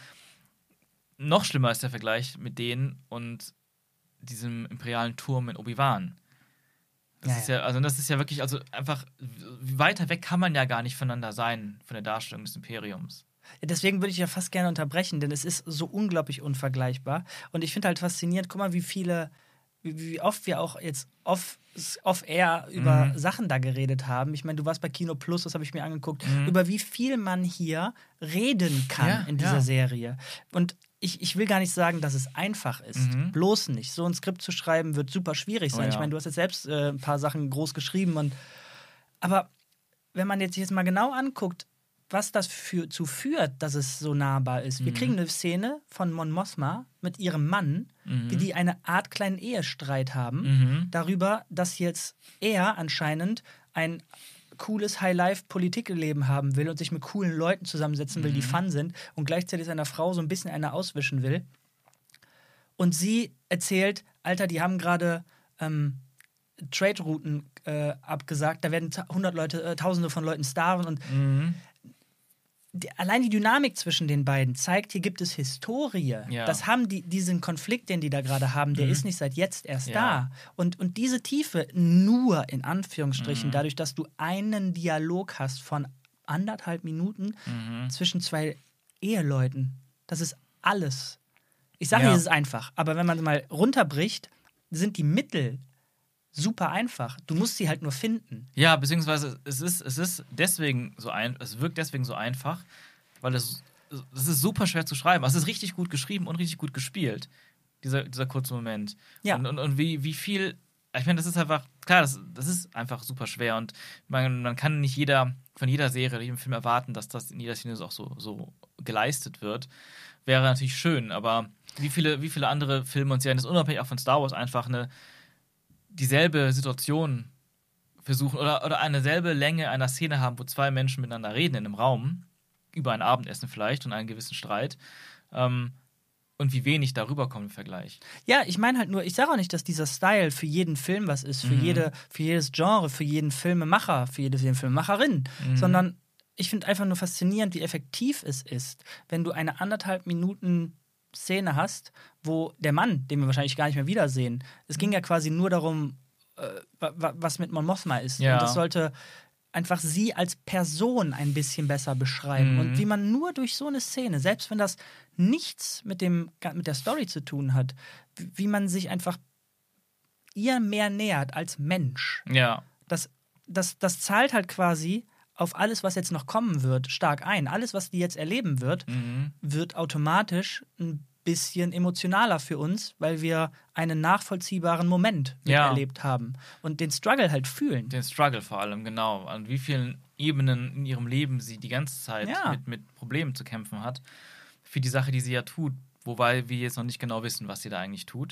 Noch schlimmer ist der Vergleich mit denen und diesem imperialen Turm in Obi-Wan. Das Ja, ist ja, also das ist ja wirklich, also einfach, weiter weg kann man ja gar nicht voneinander sein, von der Darstellung des Imperiums. Ja, deswegen würde ich ja fast gerne unterbrechen, denn es ist so unglaublich unvergleichbar. Und ich finde halt faszinierend, guck mal, wie viele, wie, wie oft wir auch jetzt off, off-air über Mhm. Sachen da geredet haben. Ich meine, du warst bei Kino Plus, das habe ich mir angeguckt, Mhm. über wie viel man hier reden kann Ja, in dieser ja. Serie. Und ich, ich will gar nicht sagen, dass es einfach ist. Mhm. Bloß nicht. So ein Skript zu schreiben, wird super schwierig Oh, sein. ja. Ich meine, du hast jetzt selbst äh, ein paar Sachen groß geschrieben. Und, aber wenn man jetzt, jetzt mal genau anguckt, was das für, zu führt, dass es so nahbar ist. Wir Mhm. kriegen eine Szene von Mon Mothma mit ihrem Mann, Mhm. wie die eine Art kleinen Ehestreit haben, Mhm. darüber, dass jetzt er anscheinend ein cooles High-Life-Politikleben haben will und sich mit coolen Leuten zusammensetzen will, die Mhm. fun sind und gleichzeitig seiner Frau so ein bisschen eine auswischen will. Und sie erzählt, Alter, die haben gerade ähm, Trade-Routen äh, abgesagt, da werden ta- hundert Leute, äh, tausende von Leuten starven und Mhm. die, allein die Dynamik zwischen den beiden zeigt, hier gibt es Historie. Ja. Das haben die, diesen Konflikt, den die da gerade haben, der Mhm. ist nicht seit jetzt erst Ja. da. Und, und diese Tiefe nur in Anführungsstrichen, Mhm. dadurch, dass du einen Dialog hast von anderthalb Minuten Mhm. zwischen zwei Eheleuten, das ist alles. Ich sage Ja. nicht, es ist einfach, aber wenn man es mal runterbricht, sind die Mittel super einfach. Du musst sie halt nur finden. Ja, beziehungsweise es ist, es ist deswegen so ein, es wirkt deswegen so einfach, weil es, es ist super schwer zu schreiben. Also es ist richtig gut geschrieben und richtig gut gespielt, dieser, dieser kurze Moment. Ja. Und, und, und wie, wie viel, ich meine, das ist einfach, klar, das, das ist einfach super schwer und man, man kann nicht jeder, von jeder Serie oder jedem Film erwarten, dass das in jeder Szene auch so, so geleistet wird. Wäre natürlich schön, aber wie viele, wie viele andere Filme und Serien, das ist unabhängig auch von Star Wars, einfach eine dieselbe Situation versuchen oder, oder eine selbe Länge einer Szene haben, wo zwei Menschen miteinander reden in einem Raum, über ein Abendessen vielleicht und einen gewissen Streit, ähm, und wie wenig darüber kommt im Vergleich. Ja, ich meine halt nur, ich sage auch nicht, dass dieser Style für jeden Film was ist, für, Mhm. jede, für jedes Genre, für jeden Filmemacher, für jede Filmemacherin, Mhm. sondern ich finde einfach nur faszinierend, wie effektiv es ist, wenn du eine anderthalb Minuten Szene hast, wo der Mann, den wir wahrscheinlich gar nicht mehr wiedersehen, es ging ja quasi nur darum, äh, wa- wa- was mit Mon Mothma ist. Ja. Und das sollte einfach sie als Person ein bisschen besser beschreiben. Mhm. Und wie man nur durch so eine Szene, selbst wenn das nichts mit, dem, mit der Story zu tun hat, wie wie man sich einfach ihr mehr nähert als Mensch. Ja. Das, das, das zahlt halt quasi auf alles, was jetzt noch kommen wird, stark ein. Alles, was die jetzt erleben wird, Mhm. wird automatisch ein bisschen emotionaler für uns, weil wir einen nachvollziehbaren Moment Ja. miterlebt haben und den Struggle halt fühlen. Den Struggle vor allem, genau. An wie vielen Ebenen in ihrem Leben sie die ganze Zeit Ja. mit, mit Problemen zu kämpfen hat. Für die Sache, die sie ja tut, wobei wir jetzt noch nicht genau wissen, was sie da eigentlich tut.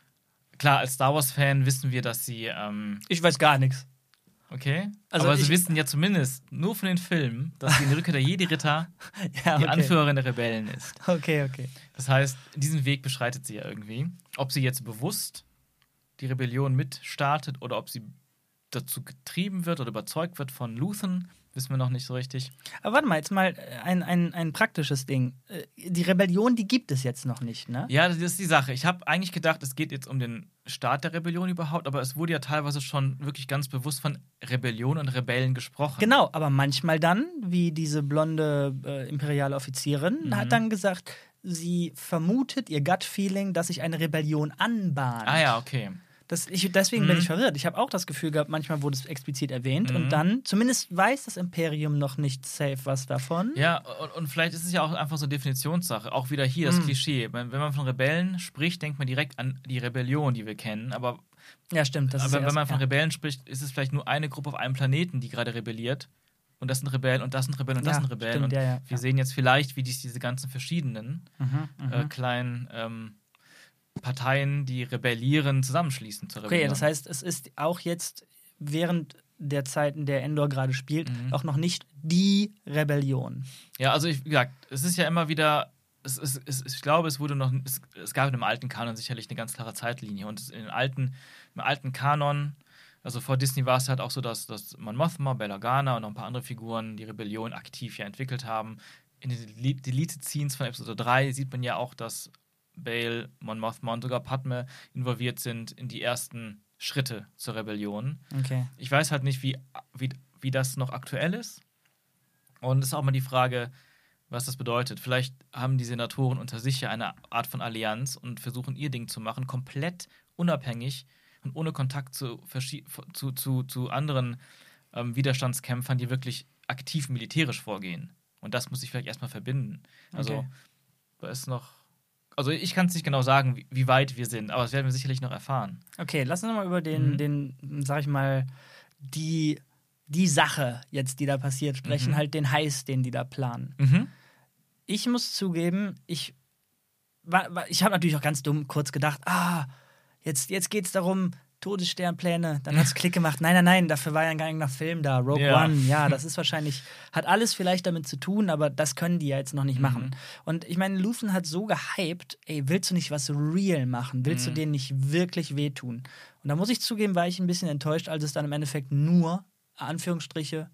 Klar, als Star Wars-Fan wissen wir, dass sie, ähm, Ich weiß gar nichts. okay, Also aber sie ich- wissen ja zumindest nur von den Filmen, dass sie in der Rückkehr der Jedi-Ritter Ja, die okay. Anführerin der Rebellen ist. Okay, okay. Das heißt, diesen Weg beschreitet sie ja irgendwie. Ob sie jetzt bewusst die Rebellion mitstartet oder ob sie dazu getrieben wird oder überzeugt wird von Luthen, wissen wir noch nicht so richtig. Aber warte mal, jetzt mal ein, ein, ein praktisches Ding. Äh, Die Rebellion, die gibt es jetzt noch nicht, ne? Ja, das ist die Sache. Ich habe eigentlich gedacht, es geht jetzt um den Start der Rebellion überhaupt, aber es wurde ja teilweise schon wirklich ganz bewusst von Rebellion und Rebellen gesprochen. Genau, aber manchmal dann, wie diese blonde äh, imperiale Offizierin, Mhm. hat dann gesagt, sie vermutet ihr Gut-Feeling, dass sich eine Rebellion anbahnt. Ah ja, okay. Das, ich, deswegen Mhm. bin ich verwirrt. Ich habe auch das Gefühl gehabt, manchmal wurde es explizit erwähnt Mhm. und dann, zumindest weiß das Imperium noch nicht safe was davon. Ja, und, und vielleicht ist es ja auch einfach so eine Definitionssache. Auch wieder hier das Mhm. Klischee. Wenn, wenn man von Rebellen spricht, denkt man direkt an die Rebellion, die wir kennen. Aber, Ja, stimmt. Das ist aber wenn erst- man von ja. Rebellen spricht, ist es vielleicht nur eine Gruppe auf einem Planeten, die gerade rebelliert. Und das sind Rebellen und das sind Rebellen und das Ja, sind Rebellen. stimmt, und ja, ja, wir ja. sehen jetzt vielleicht, wie dies, diese ganzen verschiedenen Mhm, mhm. äh, kleinen ähm, Parteien, die rebellieren, zusammenschließen zur Rebellion. Okay, das heißt, es ist auch jetzt während der Zeit, in der Endor gerade spielt, Mhm. auch noch nicht die Rebellion. Ja, also ich, wie gesagt, es ist ja immer wieder, es, es, es, ich glaube, es wurde noch, es, es gab im alten Kanon sicherlich eine ganz klare Zeitlinie und es, in den alten, im alten Kanon, also vor Disney war es halt auch so, dass, dass Mon Mothma, Bella Organa und noch ein paar andere Figuren die Rebellion aktiv ja entwickelt haben. In den Dele- Deleted-Scenes von Episode drei sieht man ja auch, dass Bail, Mon Mothma und sogar Padme involviert sind in die ersten Schritte zur Rebellion. Okay. Ich weiß halt nicht, wie, wie, wie das noch aktuell ist. Und es ist auch mal die Frage, was das bedeutet. Vielleicht haben die Senatoren unter sich ja eine Art von Allianz und versuchen ihr Ding zu machen, komplett unabhängig und ohne Kontakt zu, verschi- zu, zu, zu anderen ähm, Widerstandskämpfern, die wirklich aktiv militärisch vorgehen. Und das muss ich vielleicht erstmal verbinden. Also, Okay. da ist noch. Also, ich kann es nicht genau sagen, wie, wie weit wir sind, aber das werden wir sicherlich noch erfahren. Okay, lass uns mal über den, Mhm. den, sag ich mal, die, die Sache jetzt, die da passiert, sprechen, Mhm. halt den Heist, den die da planen. Mhm. Ich muss zugeben, ich, war, war, ich habe natürlich auch ganz dumm kurz gedacht, ah, jetzt, jetzt geht es darum, Todessternpläne. Dann hat es Klick gemacht. Nein, nein, nein, dafür war ja ein eigener Film da. Rogue Ja. One, ja, das ist wahrscheinlich, hat alles vielleicht damit zu tun, aber das können die ja jetzt noch nicht Mhm. machen. Und ich meine, Luthen hat so gehypt, ey, willst du nicht was real machen? Willst Mhm. du denen nicht wirklich wehtun? Und da muss ich zugeben, war ich ein bisschen enttäuscht, als es dann im Endeffekt nur, Anführungsstriche,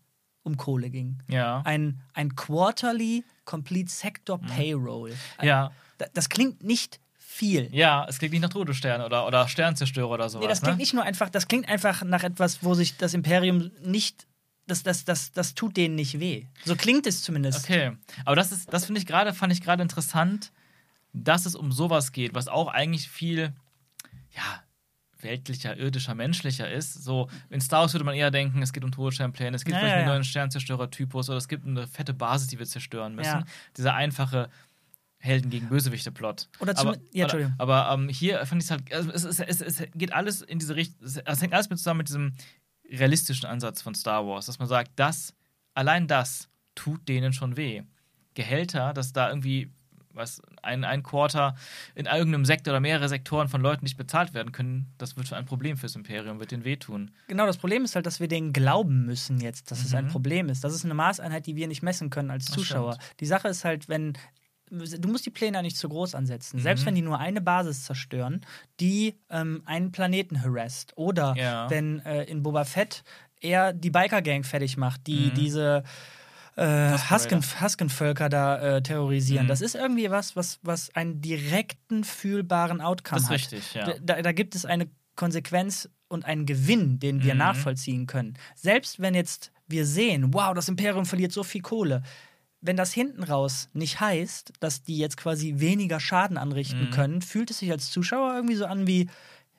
um Kohle ging. Ja. Ein, ein Quarterly Complete Sector Payroll. Ja. Das, das klingt nicht viel. Ja, es klingt nicht nach Todesstern oder, oder Sternzerstörer oder sowas. Nee, das klingt ne? nicht nur einfach, das klingt einfach nach etwas, wo sich das Imperium nicht, das, das, das, das tut denen nicht weh. So klingt es zumindest. Okay, aber das ist, das finde ich gerade, fand ich gerade interessant, dass es um sowas geht, was auch eigentlich viel, ja, weltlicher, irdischer, menschlicher ist. So, in Star Wars würde man eher denken, es geht um Todessternpläne, es geht Ja, vielleicht ja, um einen ja. neuen Sternzerstörer-Typus oder es gibt eine fette Basis, die wir zerstören müssen. Ja. Dieser einfache Helden gegen Bösewichte-Plot. Oder aber, zum- ja, Entschuldigung. aber, aber ähm, hier fand ich es halt, also es, es, es, es geht alles in diese Richtung, es, es hängt alles mit zusammen mit diesem realistischen Ansatz von Star Wars, dass man sagt, das, allein das tut denen schon weh. Gehälter, dass da irgendwie was, ein, ein Quarter in irgendeinem Sektor oder mehrere Sektoren von Leuten nicht bezahlt werden können, das wird ein Problem fürs Imperium, wird denen wehtun. Genau, das Problem ist halt, dass wir denen glauben müssen jetzt, dass es ein Mhm. Problem ist. Das ist eine Maßeinheit, die wir nicht messen können als Das Zuschauer. stimmt. Die Sache ist halt, wenn du musst die Pläne ja nicht zu groß ansetzen. Selbst Mhm. wenn die nur eine Basis zerstören, die ähm, einen Planeten harasst. Oder Ja. wenn äh, in Boba Fett er die Biker-Gang fertig macht, die Mhm. diese äh, Tusken Husken, Raider. Husken-Völker da äh, terrorisieren. Mhm. Das ist irgendwie was, was, was einen direkten, fühlbaren Outcome Das ist hat. richtig, ja. Da, da gibt es eine Konsequenz und einen Gewinn, den wir Mhm. nachvollziehen können. Selbst wenn jetzt wir sehen, wow, das Imperium verliert so viel Kohle. Wenn das hinten raus nicht heißt, dass die jetzt quasi weniger Schaden anrichten Mhm. können, fühlt es sich als Zuschauer irgendwie so an wie,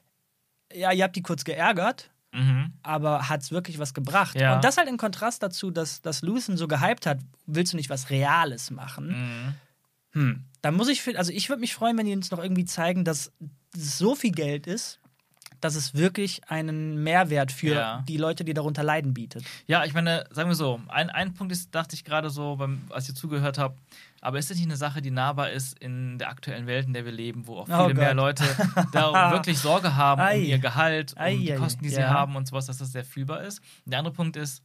ja, ihr habt die kurz geärgert, Mhm. aber hat es wirklich was gebracht? Ja. Und das halt im Kontrast dazu, dass, dass Lucen so gehypt hat, willst du nicht was Reales machen? Mhm. Hm. Da muss ich, also ich würde mich freuen, wenn die uns noch irgendwie zeigen, dass es so viel Geld ist, dass es wirklich einen Mehrwert für Ja. die Leute, die darunter leiden, bietet. Ja, ich meine, sagen wir so, ein, ein Punkt ist, dachte ich gerade so, beim, als ich zugehört habe, aber ist das nicht eine Sache, die nahbar ist in der aktuellen Welt, in der wir leben, wo auch Oh viele mehr Gott. Leute da wirklich Sorge haben Ei. um ihr Gehalt, um Ei, die ei, Kosten, die sie ja. haben und sowas, dass das sehr fühlbar ist. Der andere Punkt ist,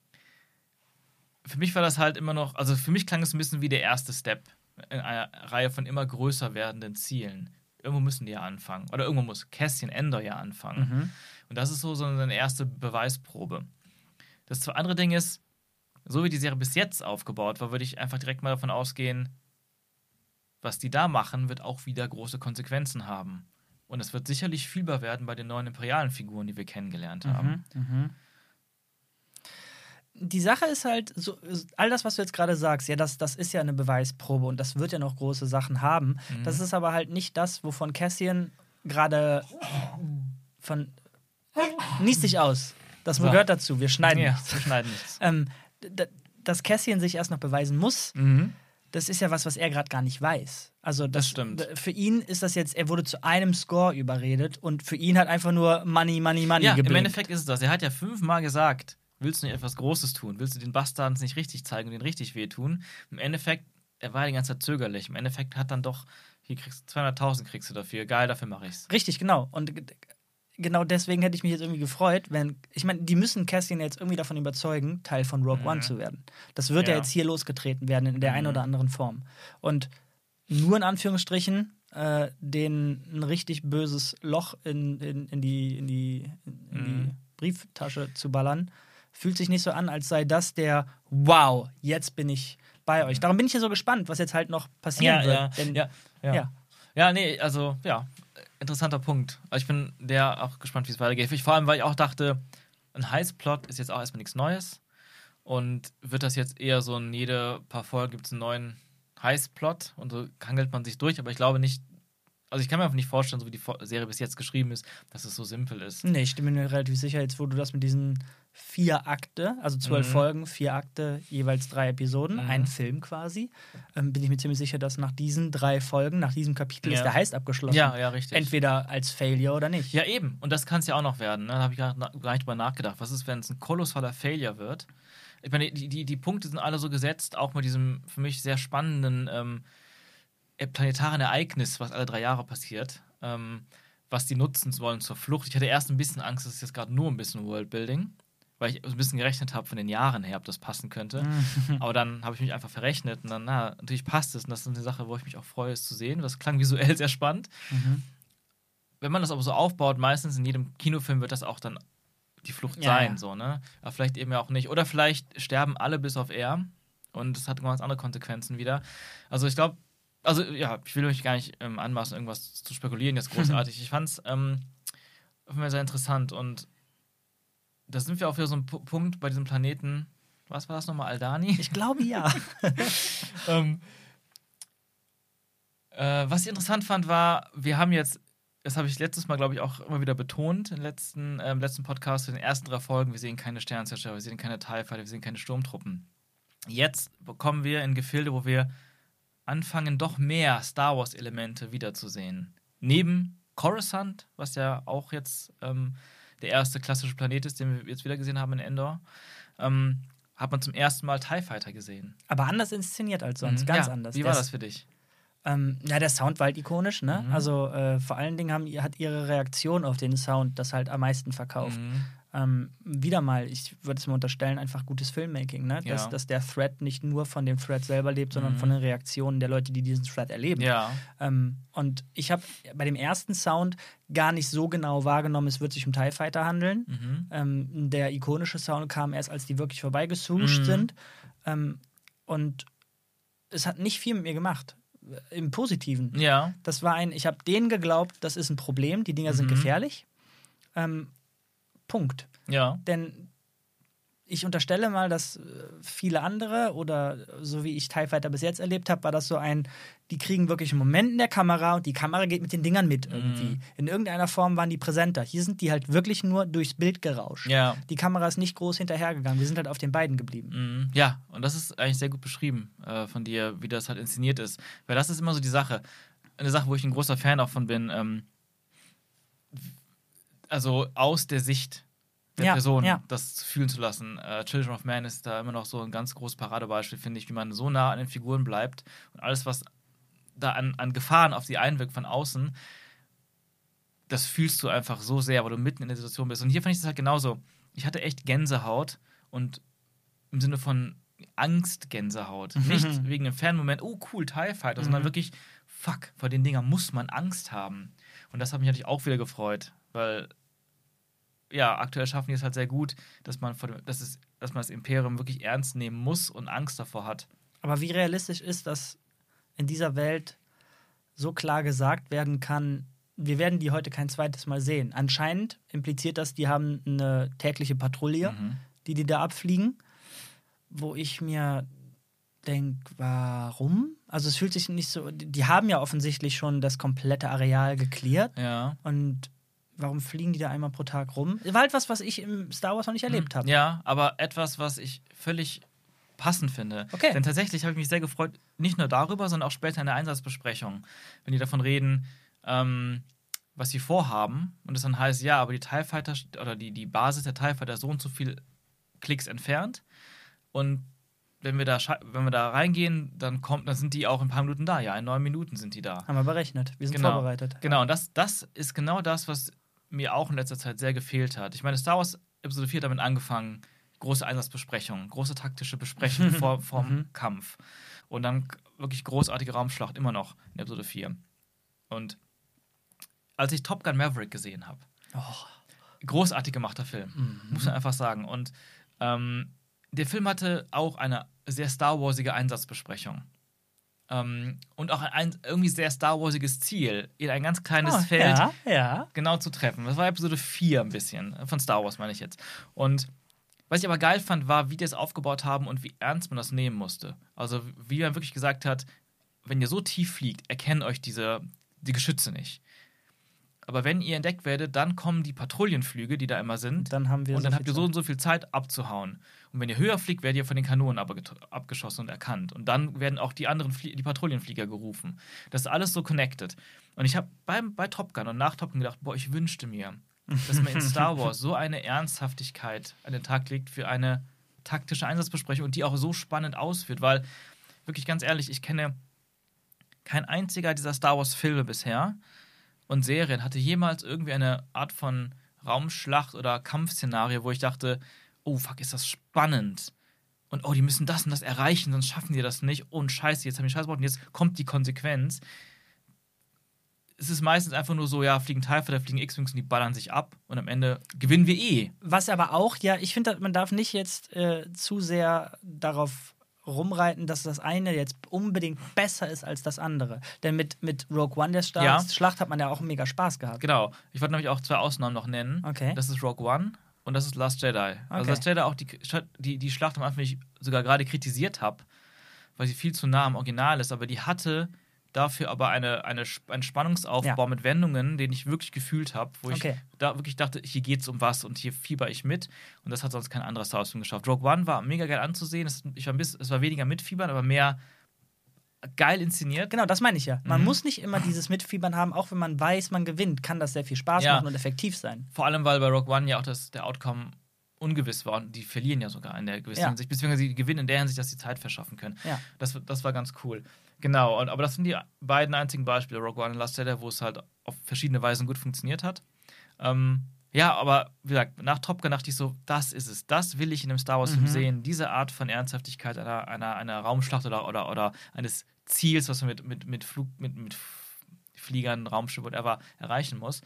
für mich war das halt immer noch, also für mich klang es ein bisschen wie der erste Step in einer Reihe von immer größer werdenden Zielen. Irgendwo müssen die ja anfangen. Oder irgendwo muss Cassian Andor ja anfangen. Mhm. Und das ist so, so eine erste Beweisprobe. Das zwei- andere Ding ist, so wie die Serie bis jetzt aufgebaut war, würde ich einfach direkt mal davon ausgehen, was die da machen, wird auch wieder große Konsequenzen haben. Und es wird sicherlich fühlbar werden bei den neuen imperialen Figuren, die wir kennengelernt haben. Mhm. Mhm. Die Sache ist halt, so, all das, was du jetzt gerade sagst, ja, das, das ist ja eine Beweisprobe und das wird ja noch große Sachen haben. Mhm. Das ist aber halt nicht das, wovon Cassian gerade von. Nies dich aus. Das So. gehört dazu. Wir schneiden Ja, nichts. wir schneiden nichts. Ähm, d- dass Cassian sich erst noch beweisen muss, Mhm. das ist ja was, was er gerade gar nicht weiß. Also das, Das stimmt. d- Für ihn ist das jetzt, er wurde zu einem Score überredet und für ihn hat einfach nur Money, Money, Money Ja, im geblinkt. Endeffekt ist es das. Er hat ja fünfmal gesagt, willst du nicht etwas Großes tun? Willst du den Bastarden nicht richtig zeigen und denen richtig wehtun? Im Endeffekt, er war die ganze Zeit zögerlich. Im Endeffekt hat dann doch, hier kriegst du zweihunderttausend kriegst du dafür. Geil, dafür mache ich's. Richtig, genau. Und g- genau deswegen hätte ich mich jetzt irgendwie gefreut, wenn, ich meine, die müssen Cassian jetzt irgendwie davon überzeugen, Teil von Rogue Mhm. One zu werden. Das wird ja, Ja. jetzt hier losgetreten werden in der einen Mhm. oder anderen Form. Und nur in Anführungsstrichen äh, denen ein richtig böses Loch in, in, in, die, in, die, in die Mhm. Brieftasche zu ballern, fühlt sich nicht so an, als sei das der Wow, jetzt bin ich bei euch. Darum bin ich ja so gespannt, was jetzt halt noch passieren Ja, wird. ja, Denn, ja, ja. ja. Ja, nee, also, ja, interessanter Punkt. Also ich bin der auch gespannt, wie es weitergeht. Ich, vor allem, weil ich auch dachte, ein Heißplot ist jetzt auch erstmal nichts Neues. Und wird das jetzt eher so in jede paar Folgen gibt es einen neuen Heißplot und so hangelt man sich durch. Aber ich glaube nicht, also ich kann mir einfach nicht vorstellen, so wie die Fo- Serie bis jetzt geschrieben ist, dass es so simpel ist. Nee, ich bin mir relativ sicher, jetzt wo du das mit diesen vier Akte, also zwölf Mhm. Folgen, vier Akte, jeweils drei Episoden, Mhm. ein Film quasi, ähm, bin ich mir ziemlich sicher, dass nach diesen drei Folgen, nach diesem Kapitel Ja. ist der Heist abgeschlossen. Ja, ja, richtig. Entweder als Failure oder nicht. Ja, eben. Und das kann es ja auch noch werden. Ne? Da habe ich gar, na- gar nicht drüber nachgedacht. Was ist, wenn es ein kolossaler Failure wird? Ich meine, die, die, die Punkte sind alle so gesetzt, auch mit diesem für mich sehr spannenden ähm, äh, planetaren Ereignis, was alle drei Jahre passiert, ähm, was die nutzen wollen zur Flucht. Ich hatte erst ein bisschen Angst, das ist jetzt gerade nur ein bisschen Worldbuilding, weil ich so ein bisschen gerechnet habe von den Jahren her, ob das passen könnte. Aber dann habe ich mich einfach verrechnet und dann, na, natürlich passt es. Und das ist eine Sache, wo ich mich auch freue, es zu sehen. Das klang visuell sehr spannend. Mhm. Wenn man das aber so aufbaut, meistens in jedem Kinofilm wird das auch dann die Flucht Ja, sein, ja. so, ne? Aber vielleicht eben ja auch nicht. Oder vielleicht sterben alle bis auf er und das hat ganz andere Konsequenzen wieder. Also ich glaube, also ja, ich will mich gar nicht ähm, anmaßen, irgendwas zu spekulieren, jetzt großartig. Ich fand's ähm, auf jeden Fall sehr interessant und da sind wir auch wieder so ein P- Punkt bei diesem Planeten. Was war das nochmal, Aldani? Ich glaube ja. ähm, äh, was ich interessant fand, war, wir haben jetzt, das habe ich letztes Mal, glaube ich, auch immer wieder betont, im letzten, äh, im letzten Podcast, in den ersten drei Folgen, wir sehen keine Sternzerstörer, wir sehen keine TIE Fighter, wir sehen keine Sturmtruppen. Jetzt kommen wir in Gefilde, wo wir anfangen, doch mehr Star Wars-Elemente wiederzusehen. Neben Coruscant, was ja auch jetzt ähm, der erste klassische Planet ist, den wir jetzt wieder gesehen haben in Endor, ähm, hat man zum ersten Mal TIE Fighter gesehen. Aber anders inszeniert als sonst, Mhm. ganz ja, anders. Wie war Der- das für dich? Ähm, ja, der Sound war halt ikonisch, ne? Mhm. Also äh, vor allen Dingen haben, hat ihre Reaktion auf den Sound das halt am meisten verkauft. Mhm. Ähm, wieder mal, ich würde es mir unterstellen, einfach gutes Filmmaking, ne? Dass, Ja. dass der Thread nicht nur von dem Thread selber lebt, sondern Mhm. von den Reaktionen der Leute, die diesen Thread erleben. Ja. Ähm, und ich habe bei dem ersten Sound gar nicht so genau wahrgenommen, es wird sich um TIE Fighter handeln. Mhm. Ähm, der ikonische Sound kam erst, als die wirklich vorbeigesuscht Mhm. sind. Ähm, und es hat nicht viel mit mir gemacht. äh, Im Positiven. Ja. Das war ein, ich habe denen geglaubt, das ist ein Problem, die Dinger sind Mhm. gefährlich. Ähm, Punkt. Ja. Denn ich unterstelle mal, dass äh, viele andere oder so wie ich TIE Fighter bis jetzt erlebt habe, war das so ein, die kriegen wirklich einen Moment in der Kamera und die Kamera geht mit den Dingern mit irgendwie. Mhm. In irgendeiner Form waren die präsenter. Hier sind die halt wirklich nur durchs Bild gerauscht. Ja. Die Kamera ist nicht groß hinterhergegangen. Wir sind halt auf den beiden geblieben. Mhm. Ja, und das ist eigentlich sehr gut beschrieben äh, von dir, wie das halt inszeniert ist. Weil das ist immer so die Sache. Eine Sache, wo ich ein großer Fan auch von bin. Ähm, also aus der Sicht der Ja, Person ja. das fühlen zu lassen. Äh, Children of Man ist da immer noch so ein ganz großes Paradebeispiel, finde ich, wie man so nah an den Figuren bleibt und alles, was da an, an Gefahren auf sie einwirkt von außen, das fühlst du einfach so sehr, weil du mitten in der Situation bist. Und hier fand ich das halt genauso. Ich hatte echt Gänsehaut und im Sinne von Angst-Gänsehaut. Nicht wegen einem Fan-Moment, oh cool, TIE Fighter, sondern Mhm. wirklich, fuck, vor den Dingern muss man Angst haben. Und das hat mich natürlich auch wieder gefreut, weil ja, aktuell schaffen die es halt sehr gut, dass man, vor dem, dass, es, dass man das Imperium wirklich ernst nehmen muss und Angst davor hat. Aber wie realistisch ist das in dieser Welt so klar gesagt werden kann, wir werden die heute kein zweites Mal sehen. Anscheinend impliziert das, die haben eine tägliche Patrouille, Mhm. die die da abfliegen, wo ich mir denke, warum? Also es fühlt sich nicht so, die haben ja offensichtlich schon das komplette Areal geklärt Ja. und warum fliegen die da einmal pro Tag rum? War halt was, was ich im Star Wars noch nicht erlebt habe. Ja, aber etwas, was ich völlig passend finde. Okay. Denn tatsächlich habe ich mich sehr gefreut, nicht nur darüber, sondern auch später in der Einsatzbesprechung, wenn die davon reden, ähm, was sie vorhaben. Und es dann heißt, ja, aber die TIE Fighter oder die, die Basis der TIE Fighter ist so und so viel Klicks entfernt. Und wenn wir da, scha- wenn wir da reingehen, dann kommt, dann sind die auch in ein paar Minuten da. Ja, in neun Minuten sind die da. Haben wir berechnet. Wir sind Genau. vorbereitet. Genau, und das, das ist genau das, was mir auch in letzter Zeit sehr gefehlt hat. Ich meine, Star Wars Episode vier hat damit angefangen, große Einsatzbesprechungen, große taktische Besprechungen vor vom Mhm. Kampf. Und dann k- wirklich großartige Raumschlacht, immer noch in Episode vier. Und als ich Top Gun Maverick gesehen habe, Oh. großartig gemachter Film, Mhm. muss man einfach sagen. Und ähm, der Film hatte auch eine sehr Star Warsige Einsatzbesprechung. Ähm, und auch ein irgendwie sehr Star Warsiges Ziel, in ein ganz kleines Oh, Feld ja, ja. genau zu treffen. Das war Episode vier ein bisschen, von Star Wars meine ich jetzt. Und was ich aber geil fand, war, wie die es aufgebaut haben und wie ernst man das nehmen musste. Also wie man wirklich gesagt hat, wenn ihr so tief fliegt, erkennen euch diese, die Geschütze nicht. Aber wenn ihr entdeckt werdet, dann kommen die Patrouillenflüge, die da immer sind. Dann haben wir Und dann so habt viel ihr so Zeit. und so viel Zeit abzuhauen. Und wenn ihr höher fliegt, werdet ihr von den Kanonen abge- abgeschossen und erkannt. Und dann werden auch die anderen Flie die Patrouillenflieger gerufen. Das ist alles so connected. Und ich habe bei Top Gun und nach Top Gun gedacht, boah, ich wünschte mir, dass man in Star Wars so eine Ernsthaftigkeit an den Tag legt für eine taktische Einsatzbesprechung und die auch so spannend ausführt. Weil, wirklich ganz ehrlich, ich kenne kein einziger dieser Star Wars-Filme bisher und Serien hatte jemals irgendwie eine Art von Raumschlacht oder Kampfszenario, wo ich dachte, oh fuck, ist das spannend. Und oh, die müssen das und das erreichen, sonst schaffen die das nicht. Oh, und scheiße, jetzt haben die Scheiße gebaut und jetzt kommt die Konsequenz. es ist meistens einfach nur so, ja, fliegen TIE Fighter, fliegen X-Wings und die ballern sich ab und am Ende gewinnen wir eh. Was aber auch, ja, ich finde, man darf nicht jetzt äh, zu sehr darauf rumreiten, dass das eine jetzt unbedingt besser ist als das andere. Denn mit, mit Rogue One, der Sta- Ja. Schlacht, hat man ja auch mega Spaß gehabt. Genau. Ich wollte nämlich auch zwei Ausnahmen noch nennen. Okay. Das ist Rogue One und das ist Last Jedi. Also Okay. Last Jedi auch die, die, die Schlacht am Anfang, die ich sogar gerade kritisiert habe, weil sie viel zu nah am Original ist, aber die hatte dafür aber eine, eine, einen Spannungsaufbau Ja. mit Wendungen, den ich wirklich gefühlt habe, wo Okay. ich da wirklich dachte, hier geht's um was und hier fieber ich mit. Und das hat sonst kein anderer Star Wars-Film geschafft. Rogue One war mega geil anzusehen. Es, ich war ein bisschen, es war weniger mitfiebern, aber mehr geil inszeniert. Genau, das meine ich ja. Man Mhm. muss nicht immer dieses Mitfiebern haben, auch wenn man weiß, man gewinnt, kann das sehr viel Spaß Ja. machen und effektiv sein. Vor allem, weil bei Rogue One ja auch das, der Outcome ungewiss war und die verlieren ja sogar in der gewissen Ja. Hinsicht, beziehungsweise sie gewinnen in der Hinsicht, dass sie Zeit verschaffen können. Ja. Das, das war ganz cool. Genau, und, aber das sind die beiden einzigen Beispiele, Rogue One und Last Jedi, wo es halt auf verschiedene Weisen gut funktioniert hat. Ähm, ja, aber wie gesagt, nach Top Gun dachte ich so, das ist es, das will ich in einem Star Wars-Film Mhm. sehen, diese Art von Ernsthaftigkeit einer, einer, einer Raumschlacht oder, oder, oder eines Ziels, was man mit, mit, mit, Flug, mit, mit Fliegern, Raumschiff, whatever erreichen muss.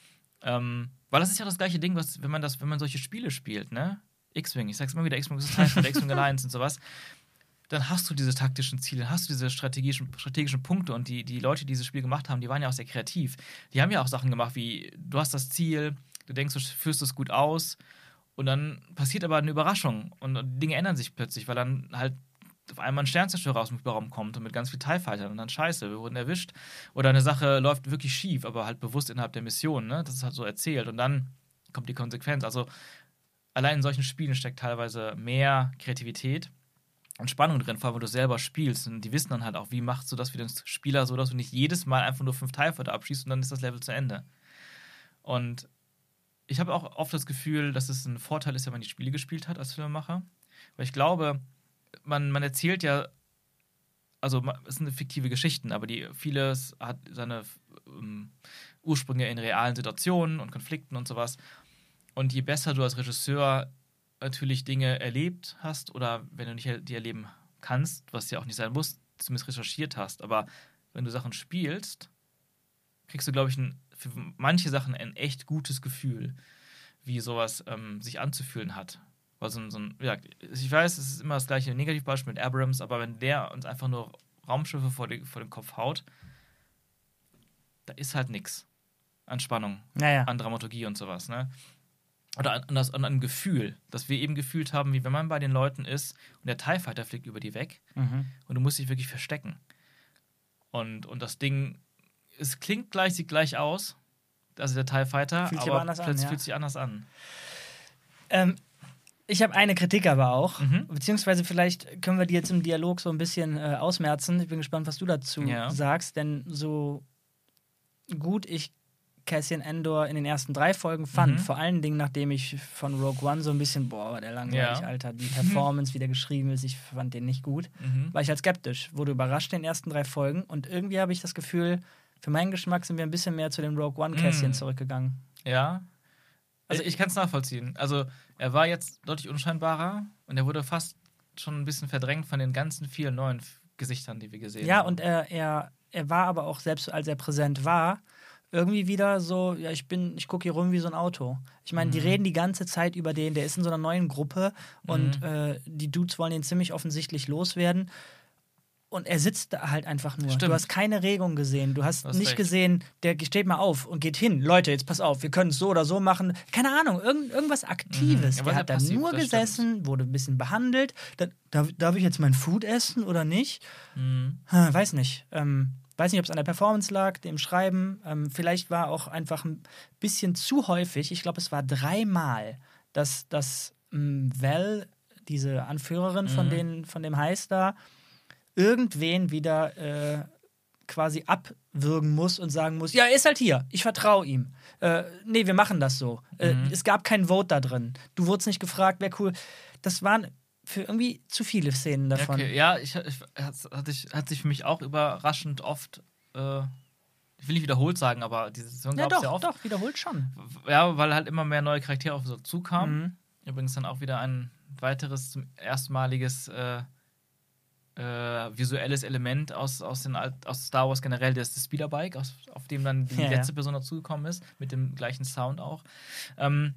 Ähm, weil das ist ja das gleiche Ding, was, wenn man das, wenn man solche Spiele spielt, ne? X-Wing, ich sag's immer wieder, X-Wing ist Teil von der X-Wing Alliance und sowas. Dann hast du diese taktischen Ziele, hast du diese strategischen, strategischen Punkte und die, die Leute, die dieses Spiel gemacht haben, die waren ja auch sehr kreativ. Die haben ja auch Sachen gemacht wie, du hast das Ziel, du denkst, du führst es gut aus und dann passiert aber eine Überraschung und Dinge ändern sich plötzlich, weil dann halt auf einmal ein Sternzerstörer aus dem Überraum kommt und mit ganz viel TIE Fightern und dann scheiße, wir wurden erwischt. Oder eine Sache läuft wirklich schief, aber halt bewusst innerhalb der Mission, ne? Das ist halt so erzählt und dann kommt die Konsequenz. Also allein in solchen Spielen steckt teilweise mehr Kreativität und Spannung drin, vor allem, wenn du selber spielst. Und die wissen dann halt auch, wie machst du das für den Spieler so, dass du nicht jedes Mal einfach nur fünf TIE Fighter abschießt und dann ist das Level zu Ende. Und ich habe auch oft das Gefühl, dass es ein Vorteil ist, wenn man die Spiele gespielt hat als Filmemacher. Weil ich glaube, man, man erzählt ja, also es sind fiktive Geschichten, aber die, vieles hat seine ähm, Ursprünge in realen Situationen und Konflikten und sowas. Und je besser du als Regisseur natürlich Dinge erlebt hast oder wenn du nicht die erleben kannst, was ja auch nicht sein muss, zumindest recherchiert hast, aber wenn du Sachen spielst, kriegst du, glaube ich, ein, für manche Sachen ein echt gutes Gefühl, wie sowas ähm, sich anzufühlen hat. Weil so ein, so ein, ja, ich weiß, es ist immer das gleiche Negativbeispiel mit Abrams, aber wenn der uns einfach nur Raumschiffe vor, die, vor den Kopf haut, da ist halt nichts an Spannung, Naja. an Dramaturgie und sowas, ne? Oder an, an, das, an einem Gefühl, dass wir eben gefühlt haben, wie wenn man bei den Leuten ist und der TIE Fighter fliegt über die weg Mhm. und du musst dich wirklich verstecken. Und, und das Ding, es klingt gleich, sieht gleich aus, also der TIE Fighter, Fühlt sich aber aber anders an, plötzlich ja. fühlt sich anders an. Ähm, ich habe eine Kritik aber auch, Mhm. beziehungsweise vielleicht können wir die jetzt im Dialog so ein bisschen äh, ausmerzen. Ich bin gespannt, was du dazu Ja. sagst, denn so gut ich Cassian Andor in den ersten drei Folgen fand, Mhm. vor allen Dingen, nachdem ich von Rogue One so ein bisschen, boah, war der langweilig, Ja. Alter, die Performance, wie der geschrieben ist, ich fand den nicht gut, Mhm. war ich halt skeptisch, wurde überrascht in den ersten drei Folgen und irgendwie habe ich das Gefühl, für meinen Geschmack sind wir ein bisschen mehr zu dem Rogue One Cassian Mhm. zurückgegangen. Ja. Also ich kann es nachvollziehen. Also er war jetzt deutlich unscheinbarer und er wurde fast schon ein bisschen verdrängt von den ganzen vielen neuen F- Gesichtern, die wir gesehen Ja, haben. und er, er, er war aber auch, selbst als er präsent war, irgendwie wieder so, ja, ich bin, ich gucke hier rum wie so ein Auto. Ich meine, die Mhm. reden die ganze Zeit über den, der ist in so einer neuen Gruppe und Mhm. äh, die Dudes wollen ihn ziemlich offensichtlich loswerden. Und er sitzt da halt einfach nur. Stimmt. Du hast keine Regung gesehen. Du hast Du hast nicht recht. gesehen, der steht mal auf und geht hin. Leute, jetzt pass auf, wir können es so oder so machen. Keine Ahnung, irgend, irgendwas Aktives. Mhm. Er war Der sehr hat da passiv, nur das gesessen, wurde ein bisschen behandelt. Da, darf, darf ich jetzt mein Food essen oder nicht? Mhm. Hm, weiß nicht. Ähm, weiß nicht, ob es an der Performance lag, dem Schreiben. Ähm, vielleicht war auch einfach ein bisschen zu häufig. Ich glaube, es war dreimal, dass, dass ähm, Val, diese Anführerin von, Mhm. den, von dem Heiß da, irgendwen wieder äh, quasi abwürgen muss und sagen muss, ja, er ist halt hier, ich vertraue ihm. Äh, nee, wir machen das so. Äh, Mhm. es gab kein Vote da drin. Du wurdest nicht gefragt, wäre cool. Das waren für irgendwie zu viele Szenen davon. Okay, ja, ich, ich, hat, hat, sich, hat sich für mich auch überraschend oft, äh, ich will nicht wiederholt sagen, aber diese Saison Ja, gab es doch, ja oft. doch, wiederholt schon. Ja, weil halt immer mehr neue Charaktere auf uns so zukamen. Mhm. Übrigens dann auch wieder ein weiteres, zum erstmaliges äh, äh, visuelles Element aus, aus, den Alt aus Star Wars generell, das ist das Speederbike, aus, auf dem dann die Ja, letzte ja. Person dazugekommen ist, mit dem gleichen Sound auch. Ähm,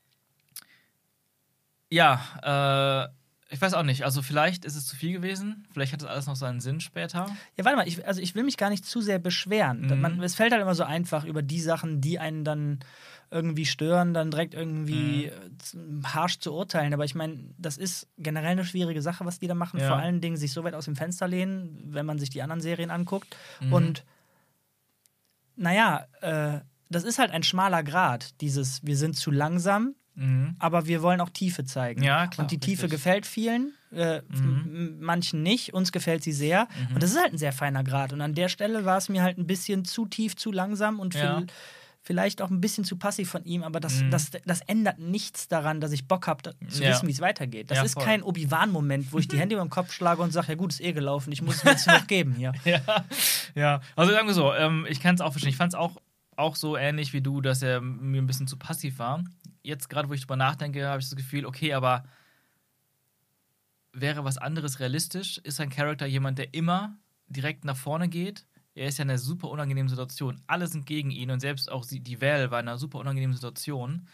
ja, äh, ich weiß auch nicht. Also vielleicht ist es zu viel gewesen. Vielleicht hat das alles noch seinen Sinn später. Ja, warte mal, ich, also ich will mich gar nicht zu sehr beschweren. Mhm. Man, es fällt halt immer so einfach über die Sachen, die einen dann irgendwie stören, dann direkt irgendwie mhm. harsch zu urteilen. Aber ich meine, das ist generell eine schwierige Sache, was die da machen. Ja. Vor allen Dingen sich so weit aus dem Fenster lehnen, wenn man sich die anderen Serien anguckt. Mhm. Und naja, äh, das ist halt ein schmaler Grat, dieses wir sind zu langsam, Mhm. aber wir wollen auch Tiefe zeigen. Ja, klar, und die Tiefe richtig. gefällt vielen, äh, Mhm. manchen nicht. Uns gefällt sie sehr. Mhm. Und das ist halt ein sehr feiner Grad. Und an der Stelle war es mir halt ein bisschen zu tief, zu langsam und Ja. viel, vielleicht auch ein bisschen zu passiv von ihm. Aber das, Mhm. das, das ändert nichts daran, dass ich Bock habe, zu Ja. wissen, wie es weitergeht. Das Ja, ist voll. kein Obi-Wan-Moment, wo ich die Hände über den Kopf schlage und sage, ja gut, ist eh gelaufen, ich muss es mir jetzt noch geben hier. Ja, ja. Also sagen wir so, ähm, ich kann es auch verstehen. Ich fand es auch, auch so ähnlich wie du, dass er mir ein bisschen zu passiv war. Jetzt gerade, wo ich drüber nachdenke, habe ich das Gefühl, okay, aber wäre was anderes realistisch? Ist ein Charakter jemand, der immer direkt nach vorne geht? Er ist ja in einer super unangenehmen Situation. Alle sind gegen ihn und selbst auch sie- die Val war in einer super unangenehmen Situation.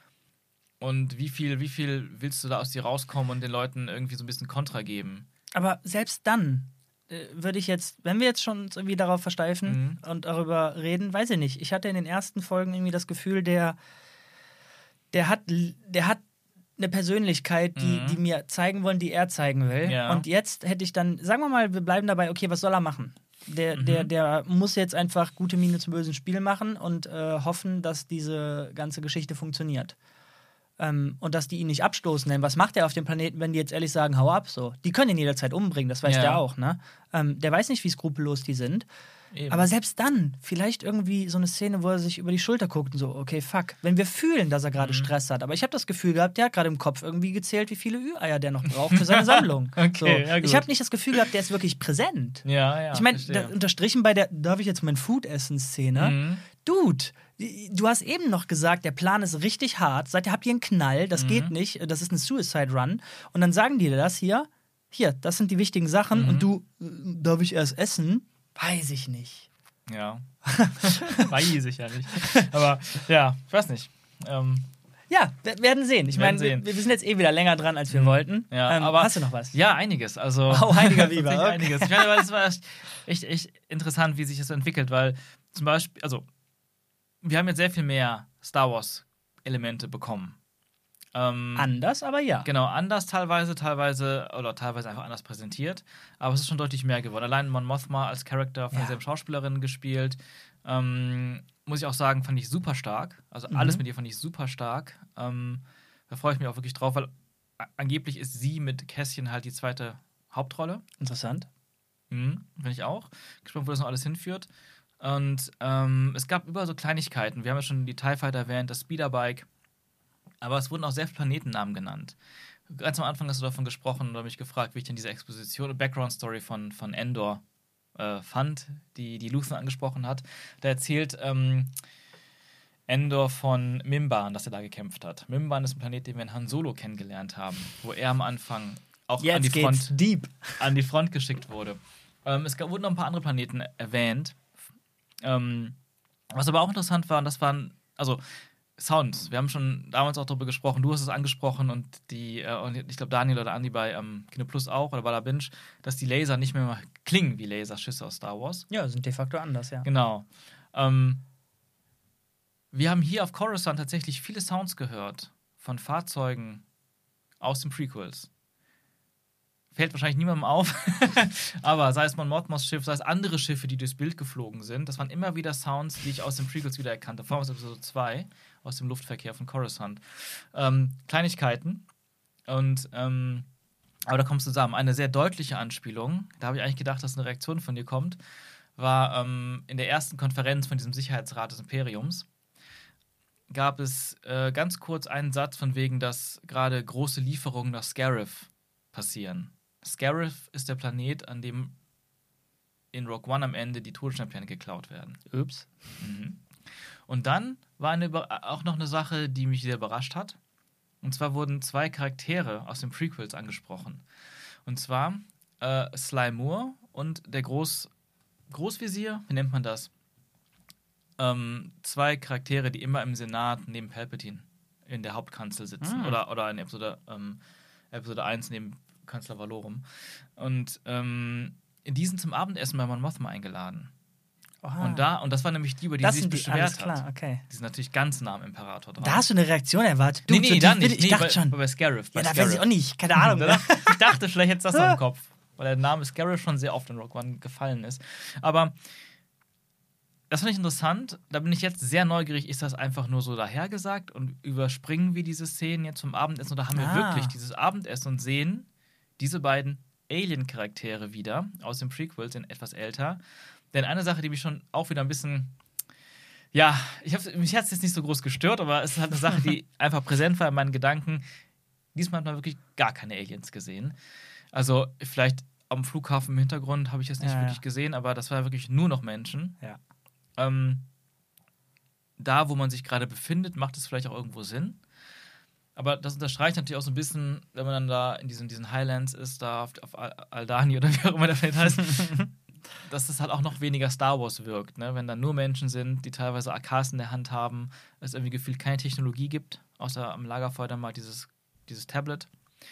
Und wie viel, wie viel willst du da aus dir rauskommen und den Leuten irgendwie so ein bisschen Kontra geben? Aber selbst dann äh, würde ich jetzt, wenn wir jetzt schon uns irgendwie darauf versteifen Mhm. und darüber reden, weiß ich nicht. Ich hatte in den ersten Folgen irgendwie das Gefühl, der, der hat, der hat eine Persönlichkeit, die, Mhm. die mir zeigen wollen, die er zeigen will. Ja. Und jetzt hätte ich dann, sagen wir mal, wir bleiben dabei, okay, was soll er machen? Der, Mhm. der, der muss jetzt einfach gute Miene zum bösen Spiel machen und äh, hoffen, dass diese ganze Geschichte funktioniert. Ähm, und dass die ihn nicht abstoßen. Denn was macht er auf dem Planeten, wenn die jetzt ehrlich sagen, hau ab so? Die können ihn jederzeit umbringen, das weiß Ja. der auch, ne? Ähm, der weiß nicht, wie skrupellos die sind. Eben. Aber selbst dann, vielleicht irgendwie so eine Szene, wo er sich über die Schulter guckt und so, okay, fuck. Wenn wir fühlen, dass er gerade Mhm. Stress hat. Aber ich habe das Gefühl gehabt, der hat gerade im Kopf irgendwie gezählt, wie viele Ü-Eier der noch braucht für seine Sammlung. Okay, so. ja, gut. Ich habe nicht das Gefühl gehabt, der ist wirklich präsent. Ja, ja. Ich meine, verstehe. unterstrichen bei der Darf ich jetzt mein Food essen Szene? Mhm. Dude, du hast eben noch gesagt, der Plan ist richtig hart. Seitdem habt ihr einen Knall, das Mhm. geht nicht. Das ist ein Suicide Run. Und dann sagen die dir das hier. Hier, das sind die wichtigen Sachen. Mhm. Und du, äh, darf ich erst essen? Weiß ich nicht. Ja. Weiß ich ja nicht. Aber ja, ich weiß nicht. Ähm, Ja, wir werden sehen. Ich Werden meine, wir, sehen. wir sind jetzt eh wieder länger dran, als wir wollten. ja, ähm, aber hast du noch was? Ja, einiges. Also, Oh, heiliger Biber, tatsächlich okay. einiges. Ich meine, weil es war echt, echt, echt interessant, wie sich das so entwickelt, weil zum Beispiel, also, wir haben jetzt sehr viel mehr Star Wars-Elemente bekommen. Ähm, Anders, aber ja. Genau, anders teilweise, teilweise, oder teilweise einfach anders präsentiert. Aber es ist schon deutlich mehr geworden. Allein Mon Mothma als Charakter von Ja. derselben Schauspielerin gespielt. Ähm, muss ich auch sagen, fand ich super stark. Also Mhm. alles mit ihr fand ich super stark. Ähm, da freue ich mich auch wirklich drauf, weil a- angeblich ist sie mit Kässchen halt die zweite Hauptrolle. Interessant. Mhm, finde ich auch. Gespannt, wo das noch alles hinführt. Und ähm, es gab überall so Kleinigkeiten. Wir haben ja schon die TIE Fighter erwähnt, das Speederbike. Aber es wurden auch sehr viele Planetennamen genannt. Ganz am Anfang hast du davon gesprochen oder mich gefragt, wie ich denn diese Exposition und Background-Story von, von Endor äh, fand, die, die Luthen angesprochen hat. Da erzählt ähm, Endor von Mimban, dass er da gekämpft hat. Mimban ist ein Planet, den wir in Han Solo kennengelernt haben, wo er am Anfang auch an Jetzt die, geht's Front, deep. an die Front geschickt wurde. Ähm, es gab, wurden noch ein paar andere Planeten erwähnt. Ähm, was aber auch interessant war, und das waren, also Sounds. Wir haben schon damals auch darüber gesprochen, du hast es angesprochen und die, äh, und ich glaube Daniel oder Andi bei ähm, Kino Plus auch oder bei der Binge, dass die Laser nicht mehr klingen wie Laserschüsse aus Star Wars. Ja, sind de facto anders, ja. Genau. Ähm, wir haben hier auf Coruscant tatsächlich viele Sounds gehört von Fahrzeugen aus den Prequels. Fällt wahrscheinlich niemandem auf, aber sei es Mon Mothmas Schiff, sei es andere Schiffe, die durchs Bild geflogen sind, das waren immer wieder Sounds, die ich aus den Prequels wiedererkannt habe. Vor allem aus Episode zwei, aus dem Luftverkehr von Coruscant. Ähm, Kleinigkeiten. Und, ähm, aber da kommt es zusammen. Eine sehr deutliche Anspielung, da habe ich eigentlich gedacht, dass eine Reaktion von dir kommt, war ähm, in der ersten Konferenz von diesem Sicherheitsrat des Imperiums, gab es äh, ganz kurz einen Satz von wegen, dass gerade große Lieferungen nach Scarif passieren. Scarif ist der Planet, an dem in Rogue One am Ende die Todessternpläne geklaut werden. Ups. Mhm. Und dann war eine, Über- auch noch eine Sache, die mich sehr überrascht hat. Und zwar wurden zwei Charaktere aus den Prequels angesprochen. Und zwar äh, Sly Moore und der Groß, Großvisier, wie nennt man das? Ähm, zwei Charaktere, die immer im Senat neben Palpatine in der Hauptkanzel sitzen. Ah. Oder, oder in Episode, ähm, Episode eins neben Kanzler Valorum. Und ähm, die sind zum Abendessen bei Mon Mothma eingeladen. Oha. Und, da, und das war nämlich die, über die das sie sich sind die, beschwert alles hat. klar, okay. Die sind natürlich ganz nah am Imperator dran. Da hast du eine Reaktion erwartet. Du, nee, nee, so, dann die- nicht. Ich Nee, dachte bei, schon. bei Scarif. Ja, bei da weiß Scarif. ich auch nicht. Keine Ahnung. Ne? Ich dachte, vielleicht hättest du das im Kopf. Weil der Name Scarif schon sehr oft in Rogue One gefallen ist. Aber das fand ich interessant. Da bin ich jetzt sehr neugierig. Ist das einfach nur so dahergesagt und überspringen wir diese Szenen jetzt zum Abendessen? Oder haben wir Ah. wirklich dieses Abendessen und sehen diese beiden Alien-Charaktere wieder aus den Prequels, sind etwas älter? Denn eine Sache, die mich schon auch wieder ein bisschen. Ja, ich hab, mich hat es jetzt nicht so groß gestört, aber es ist halt eine Sache, die einfach präsent war in meinen Gedanken. Diesmal hat man wirklich gar keine Aliens gesehen. Also, vielleicht am Flughafen im Hintergrund habe ich es nicht Ja, wirklich ja. gesehen, aber das war wirklich nur noch Menschen. Ja. Ähm, da, wo man sich gerade befindet, macht es vielleicht auch irgendwo Sinn. Aber das unterstreicht natürlich auch so ein bisschen, wenn man dann da in diesen, diesen Highlands ist, da auf, auf Al- Aldani oder wie auch immer der Planet heißt, dass es halt auch noch weniger Star Wars wirkt, ne? Wenn da nur Menschen sind, die teilweise A Ks in der Hand haben, es irgendwie gefühlt keine Technologie gibt, außer am Lagerfeuer dann mal dieses, dieses Tablet.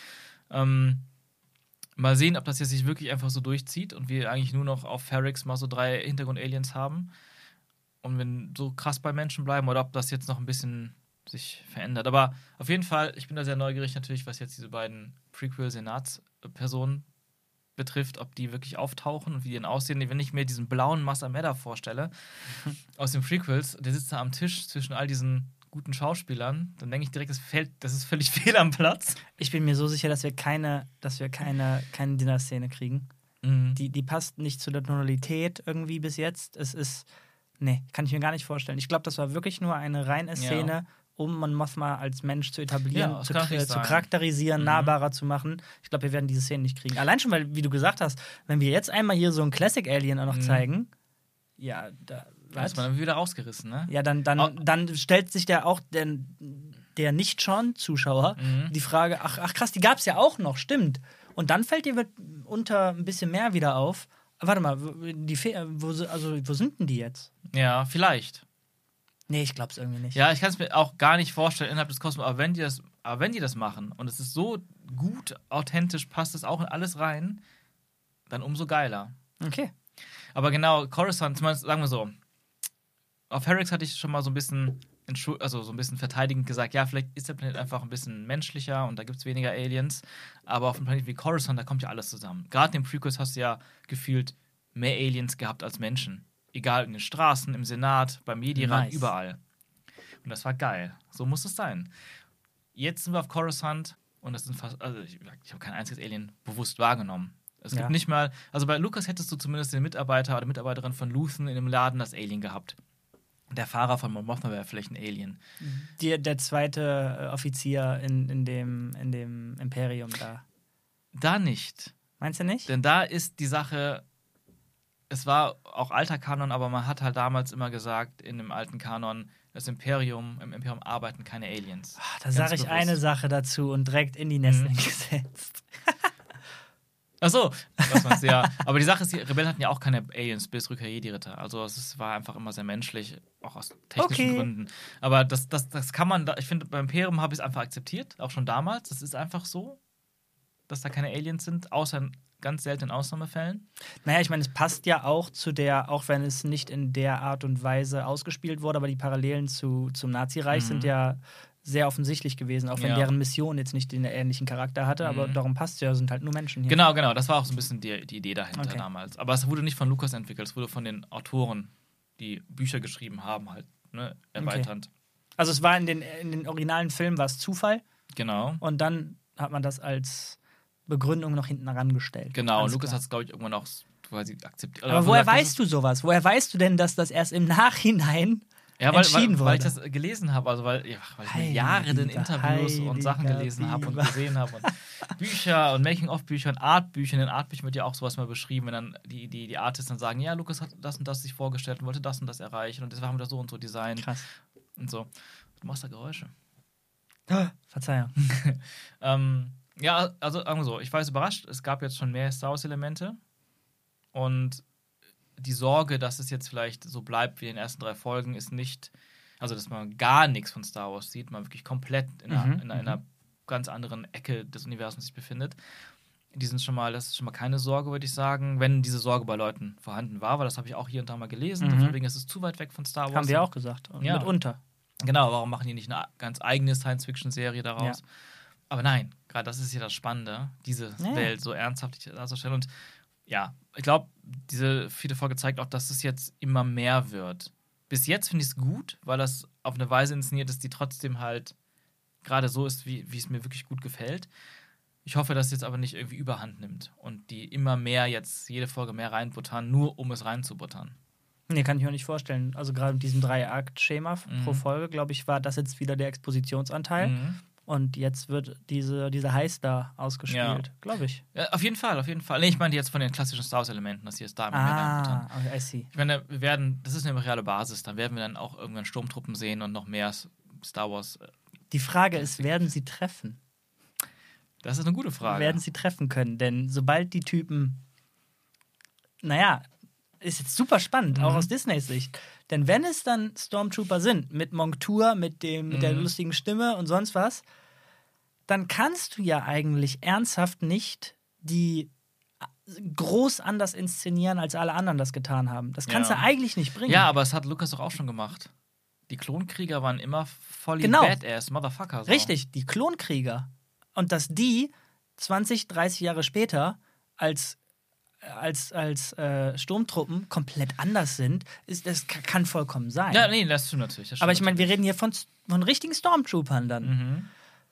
Ähm, mal sehen, ob das jetzt sich wirklich einfach so durchzieht und wir eigentlich nur noch auf Ferrix mal so drei Hintergrund-Aliens haben und wenn so krass bei Menschen bleiben oder ob das jetzt noch ein bisschen sich verändert. Aber auf jeden Fall, ich bin da sehr neugierig natürlich, was jetzt diese beiden Prequel-Senatspersonen betrifft, ob die wirklich auftauchen und wie die denn aussehen. Wenn ich mir diesen blauen Massa Madder vorstelle, aus den Prequels, der sitzt da am Tisch zwischen all diesen guten Schauspielern, dann denke ich direkt, das, fällt, das ist völlig fehl am Platz. Ich bin mir so sicher, dass wir keine, dass wir keine, keine Dinner-Szene kriegen. Mhm. Die, die passt nicht zu der Tonalität irgendwie bis jetzt. Es ist. Nee, kann ich mir gar nicht vorstellen. Ich glaube, das war wirklich nur eine reine Szene, Ja. um Mon Mothma als Mensch zu etablieren, Ja, das zu, kann äh, natürlich zu sein. charakterisieren, Mhm. nahbarer zu machen. Ich glaube, wir werden diese Szene nicht kriegen. Allein schon, weil, wie du gesagt hast, wenn wir jetzt einmal hier so einen Classic-Alien auch noch Mhm. zeigen, ja, da. Da ist man dann wieder rausgerissen, ne? Ja, dann, dann, Au- dann stellt sich der auch der, der Nicht-Sean-Zuschauer Mhm. die Frage, ach, ach krass, die gab es ja auch noch, stimmt. Und dann fällt dir unter ein bisschen mehr wieder auf, warte mal, wo- die Fe wo, si- also, wo sind denn die jetzt? Ja, vielleicht. Nee, ich glaub's irgendwie nicht. Ja, ich kann es mir auch gar nicht vorstellen innerhalb des Kosmos, aber wenn die das, aber wenn die das machen und es ist so gut, authentisch, passt es auch in alles rein, dann umso geiler. Okay. Aber genau, Coruscant, zum Beispiel, sagen wir so, auf Ferrix hatte ich schon mal so ein bisschen, entschu- also so ein bisschen verteidigend gesagt, ja, vielleicht ist der Planet einfach ein bisschen menschlicher und da gibt es weniger Aliens, aber auf einem Planet wie Coruscant, da kommt ja alles zusammen. Gerade in den Prequels hast du ja gefühlt mehr Aliens gehabt als Menschen. Egal, in den Straßen, im Senat, beim Jedi-Rat, Nice. überall. Und das war geil. So muss es sein. Jetzt sind wir auf Coruscant und das sind fast, also ich, ich habe kein einziges Alien bewusst wahrgenommen. Es gibt Ja. nicht mal, also bei Lucas hättest du zumindest den Mitarbeiter oder Mitarbeiterin von Luthen in dem Laden das Alien gehabt. Der Fahrer von Mon Mothma wäre vielleicht ein Alien. Die, der zweite äh, Offizier in, in, dem, in dem Imperium da. Da nicht. Meinst du nicht? Denn da ist die Sache, es war auch alter Kanon, aber man hat halt damals immer gesagt, in dem alten Kanon, das Imperium, im Imperium arbeiten keine Aliens. Ach, da Ganz sage ich bewusst. eine Sache dazu und direkt in die Nesseln gesetzt. Ach so, was meinst du, ja. Aber die Sache ist, die Rebellen hatten ja auch keine Aliens bis Rückkehr Jedi-Ritter. Also es ist- war einfach immer sehr menschlich, auch aus technischen Okay. Gründen. Aber das, das, das kann man, da, ich finde, beim Imperium habe ich es einfach akzeptiert, auch schon damals. Das ist einfach so, dass da keine Aliens sind, außer in ganz seltenen Ausnahmefällen. Naja, ich meine, es passt ja auch zu der, auch wenn es nicht in der Art und Weise ausgespielt wurde, aber die Parallelen zu, zum Nazireich Mhm. sind ja sehr offensichtlich gewesen, auch wenn Ja. deren Mission jetzt nicht den ähnlichen Charakter hatte, aber Mhm. darum passt es ja, sind halt nur Menschen hier. Genau, genau, das war auch so ein bisschen die, die Idee dahinter Okay. damals. Aber es wurde nicht von Lucas entwickelt, es wurde von den Autoren, die Bücher geschrieben haben, halt, ne, erweiternd. Also es war in den, in den originalen Filmen war es Zufall Genau. und dann hat man das als Begründung noch hinten herangestellt. Genau, Alles Lucas klar. hat es, glaube ich, irgendwann auch quasi akzeptiert. Aber woher weißt du sowas? Woher weißt du denn, dass das erst im Nachhinein Ja, weil, entschieden weil, weil ich wurde? das gelesen habe, also weil, ja, weil ich mir Heiliger, Jahre in Interviews und Sachen heiliger gelesen habe und Biber. gesehen habe und Bücher und Making-of-Bücher und Artbücher. In den Artbüchern wird ja auch sowas mal beschrieben, wenn dann die, die, die Artists dann sagen, ja, Lucas hat das und das sich vorgestellt und wollte das und das erreichen und deswegen haben wir das so und so designt Krass. und so. Du machst da Geräusche. Verzeihung. Ähm, Ja, also sagen wir so, ich war jetzt überrascht, es gab jetzt schon mehr Star Wars-Elemente und die Sorge, dass es jetzt vielleicht so bleibt wie in den ersten drei Folgen, ist nicht, also dass man gar nichts von Star Wars sieht, man wirklich komplett in einer, Mhm, in einer, in einer ganz anderen Ecke des Universums sich befindet. Die sind schon mal, das ist schon mal keine Sorge, würde ich sagen, wenn diese Sorge bei Leuten vorhanden war, weil das habe ich auch hier und da mal gelesen, Mhm. so von wegen, es ist zu weit weg von Star Wars. Haben wir auch gesagt. Und Ja. mitunter. Genau, warum machen die nicht eine ganz eigene Science-Fiction-Serie daraus? Ja. Aber nein, gerade das ist ja das Spannende, diese Ja. Welt so ernsthaft darzustellen. Und ja, ich glaube, diese vierte Folge zeigt auch, dass es jetzt immer mehr wird. Bis jetzt finde ich es gut, weil das auf eine Weise inszeniert ist, die trotzdem halt gerade so ist, wie wie es mir wirklich gut gefällt. Ich hoffe, dass es jetzt aber nicht irgendwie Überhand nimmt und die immer mehr jetzt jede Folge mehr reinbuttern, nur um es reinzubuttern. Nee, kann ich mir nicht vorstellen. Also gerade mit diesem Drei-Akt-Schema Mhm. pro Folge, glaube ich, war das jetzt wieder der Expositionsanteil. Mhm. Und jetzt wird diese, diese Heiß da ausgespielt, Ja. glaube ich. Ja, auf jeden Fall, auf jeden Fall. Nee, ich meine jetzt von den klassischen Star Wars-Elementen, dass sie jetzt da immer mehr reinbuttern. Ah, okay, I see. Ich meine, wir werden, das ist eine reale Basis, dann werden wir dann auch irgendwann Sturmtruppen sehen und noch mehr Star Wars. Die Frage ist, werden sie treffen? Das ist eine gute Frage. Werden sie treffen können? Denn sobald die Typen, naja, ist jetzt super spannend, Mhm. auch aus Disneys Sicht. Denn wenn es dann Stormtrooper sind, mit Montur, mit, dem, mit der Mhm. lustigen Stimme und sonst was, dann kannst du ja eigentlich ernsthaft nicht die groß anders inszenieren, als alle anderen das getan haben. Das kannst Ja. du eigentlich nicht bringen. Ja, aber es hat Lucas doch auch schon gemacht. Die Klonkrieger waren immer voll die Genau. Badass, Motherfucker. So. Richtig, die Klonkrieger. Und dass die zwanzig, dreißig Jahre später als, als, als äh, Sturmtruppen komplett anders sind, ist, das k- kann vollkommen sein. Ja, nee, das stimmt natürlich. Das stimmt Aber ich meine, wir natürlich. reden hier von, von richtigen Stormtroopern dann. Mhm.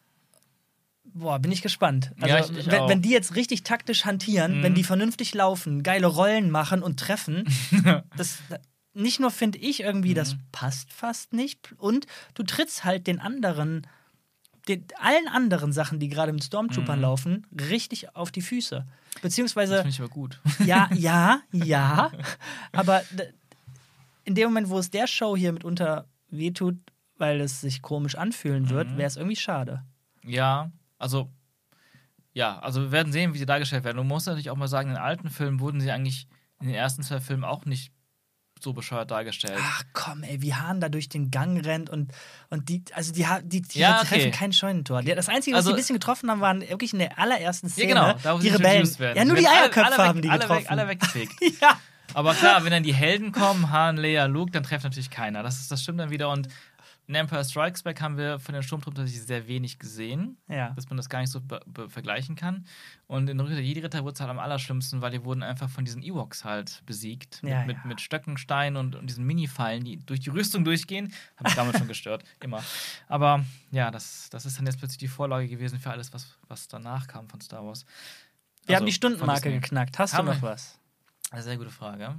Boah, bin ich gespannt. Also, Ja, ich- ich wenn, auch. wenn die jetzt richtig taktisch hantieren, Mhm. wenn die vernünftig laufen, geile Rollen machen und treffen, das nicht nur finde ich irgendwie, das Mhm. passt fast nicht. Und du trittst halt den anderen, den, allen anderen Sachen, die gerade mit Stormtroopern Mhm. laufen, richtig auf die Füße. Das Beziehungsweise, finde ich aber gut. ja, ja, ja. Aber d- in dem Moment, wo es der Show hier mitunter wehtut, weil es sich komisch anfühlen wird, Mhm. wäre es irgendwie schade. Ja, also, ja, also wir werden sehen, wie sie dargestellt werden. Du musst natürlich auch mal sagen, in den alten Filmen wurden sie eigentlich in den ersten zwei Filmen auch nicht so bescheuert dargestellt. Ach komm, ey, wie Hahn da durch den Gang rennt und, und die, also die, ha- die, die Ja, treffen okay. kein Scheunentor. Die, das Einzige, was Also- sie ein bisschen getroffen haben, waren wirklich in der allerersten Ja, Szene genau, da wo die sie Rebellen. introduced werden. Ja, nur Sie die werden alle- Eierköpfe alle weg, haben die alle getroffen. Weg, alle weggefegt. Ja. Aber klar, wenn dann die Helden kommen, Han, Leia, Luke, dann trifft natürlich keiner. Das, ist, das stimmt dann wieder. Und in Empire Strikes Back haben wir von den Sturmtruppen tatsächlich sehr wenig gesehen, Ja. dass man das gar nicht so be be vergleichen kann. Und in Rückkehr der Jedi-Ritter wurde es halt am allerschlimmsten, weil die wurden einfach von diesen Ewoks halt besiegt. Ja, mit, mit, ja. mit Stöcken, Steinen und, und diesen Mini-Fallen, die durch die Rüstung durchgehen. Hat mich damals schon gestört, immer. Aber ja, das, das ist dann jetzt plötzlich die Vorlage gewesen für alles, was, was danach kam von Star Wars. Wir Also, haben die von Stundenmarke Disney. geknackt. Hast Haben du noch wir. was? Eine sehr gute Frage.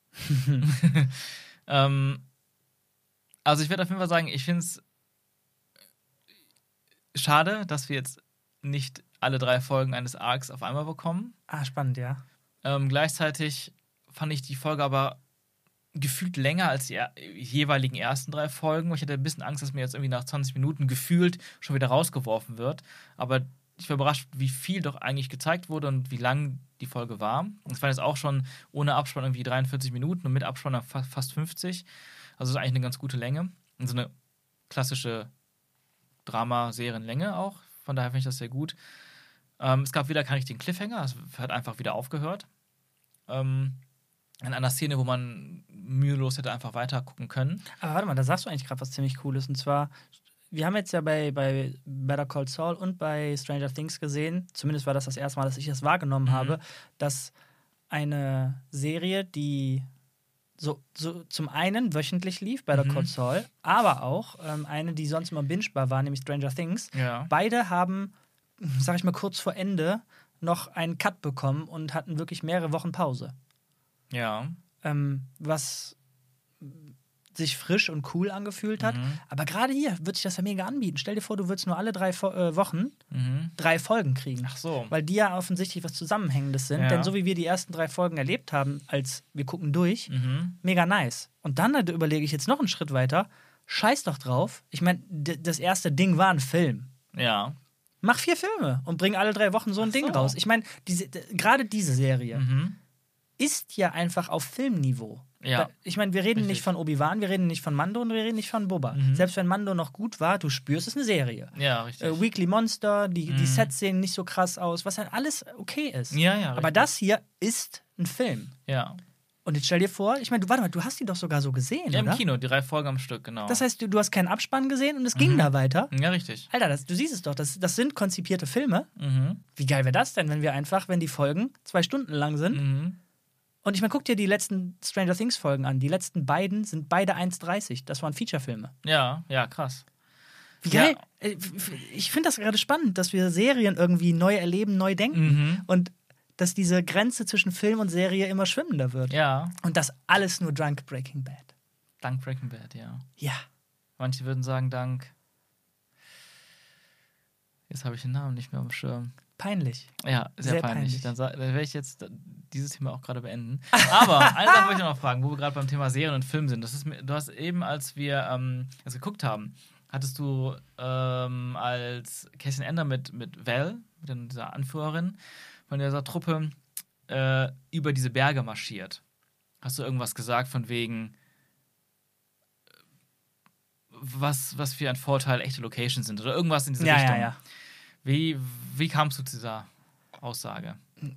ähm, also ich werde auf jeden Fall sagen, ich finde es schade, dass wir jetzt nicht alle drei Folgen eines Arcs auf einmal bekommen. Ah, spannend, ja. Ähm, gleichzeitig fand ich die Folge aber gefühlt länger als die er jeweiligen ersten drei Folgen. Ich hatte ein bisschen Angst, dass mir jetzt irgendwie nach zwanzig Minuten gefühlt schon wieder rausgeworfen wird. Aber ich war überrascht, wie viel doch eigentlich gezeigt wurde und wie lang die Folge war. Und es waren jetzt auch schon ohne Abspann irgendwie dreiundvierzig Minuten und mit Abspann dann fa fast fünfzig. Also ist eigentlich eine ganz gute Länge. Und so eine klassische Drama-Serienlänge auch. Von daher finde ich das sehr gut. Ähm, es gab wieder keinen richtigen Cliffhanger. Es hat einfach wieder aufgehört. Ähm, in einer Szene, wo man mühelos hätte einfach weiter gucken können. Aber warte mal, da sagst du eigentlich gerade was ziemlich Cooles. Und zwar, wir haben jetzt ja bei, bei Better Call Saul und bei Stranger Things gesehen, zumindest war das das erste Mal, dass ich das wahrgenommen Mhm. habe, dass eine Serie, die so, so zum einen wöchentlich lief, Better Mhm. Call Saul, aber auch ähm, eine, die sonst immer bingebar war, nämlich Stranger Things. Ja. Beide haben, sag ich mal, kurz vor Ende noch einen Cut bekommen und hatten wirklich mehrere Wochen Pause. Ja. Ähm, was sich frisch und cool angefühlt hat. Mhm. Aber gerade hier wird sich das ja mega anbieten. Stell dir vor, du würdest nur alle drei Fo äh, Wochen Mhm. drei Folgen kriegen. Ach so. Weil die ja offensichtlich was Zusammenhängendes sind. Ja. Denn so wie wir die ersten drei Folgen erlebt haben, als wir gucken durch, Mhm. mega nice. Und dann halt überlege ich jetzt noch einen Schritt weiter. Scheiß doch drauf. Ich meine, das erste Ding war ein Film. Ja. Mach vier Filme und bring alle drei Wochen so ein Ach Ding so. raus. Ich meine, diese, d- gerade diese Serie Mhm. ist ja einfach auf Filmniveau. Ja. Da- Ich meine, wir reden Richtig. nicht von Obi-Wan, wir reden nicht von Mando und wir reden nicht von Boba. Mhm. Selbst wenn Mando noch gut war, du spürst, es ist eine Serie. Ja, richtig. Äh, Weekly Monster, die, die Mhm. Sets sehen nicht so krass aus, was halt alles okay ist. ja, ja. Aber richtig. das hier ist ein Film. Ja. Und jetzt stell dir vor, ich meine, du, warte mal, du hast die doch sogar so gesehen, Ja, im oder? Kino, die drei Folgen am Stück, genau. Das heißt, du, du hast keinen Abspann gesehen und es ging Mhm. da weiter. ja, richtig. Alter, das, du siehst es doch, das, das sind konzipierte Filme. Mhm. Wie geil wäre das denn, wenn wir einfach, wenn die Folgen zwei Stunden lang sind, Mhm. und ich meine, guck dir die letzten Stranger Things Folgen an. Die letzten beiden sind beide eins dreißig. Das waren Feature-Filme. Ja, ja, krass. Wie Ja. geil. Äh, f- f- Ich finde das gerade spannend, dass wir Serien irgendwie neu erleben, neu denken. Mhm. Und dass diese Grenze zwischen Film und Serie immer schwimmender wird. Ja, Und das alles nur dank Breaking Bad. dank Breaking Bad, ja. Ja. Manche würden sagen, dank. Jetzt habe ich den Namen nicht mehr auf dem Schirm. Peinlich. Ja, sehr, Sehr peinlich. peinlich. Dann, sa- dann werde ich jetzt dieses Thema auch gerade beenden. Aber eine Sache wollte ich noch fragen, wo wir gerade beim Thema Serien und Film sind. Das ist, mir- du hast eben, als wir ähm, das geguckt haben, hattest du ähm, als Cassian Ender mit, mit Val, mit den- dieser Anführerin von dieser Truppe, äh, über diese Berge marschiert. Hast du irgendwas gesagt von wegen, was, was für ein Vorteil echte Locations sind oder irgendwas in diese Ja, Richtung? ja, ja. Wie, wie kamst du zu dieser Aussage?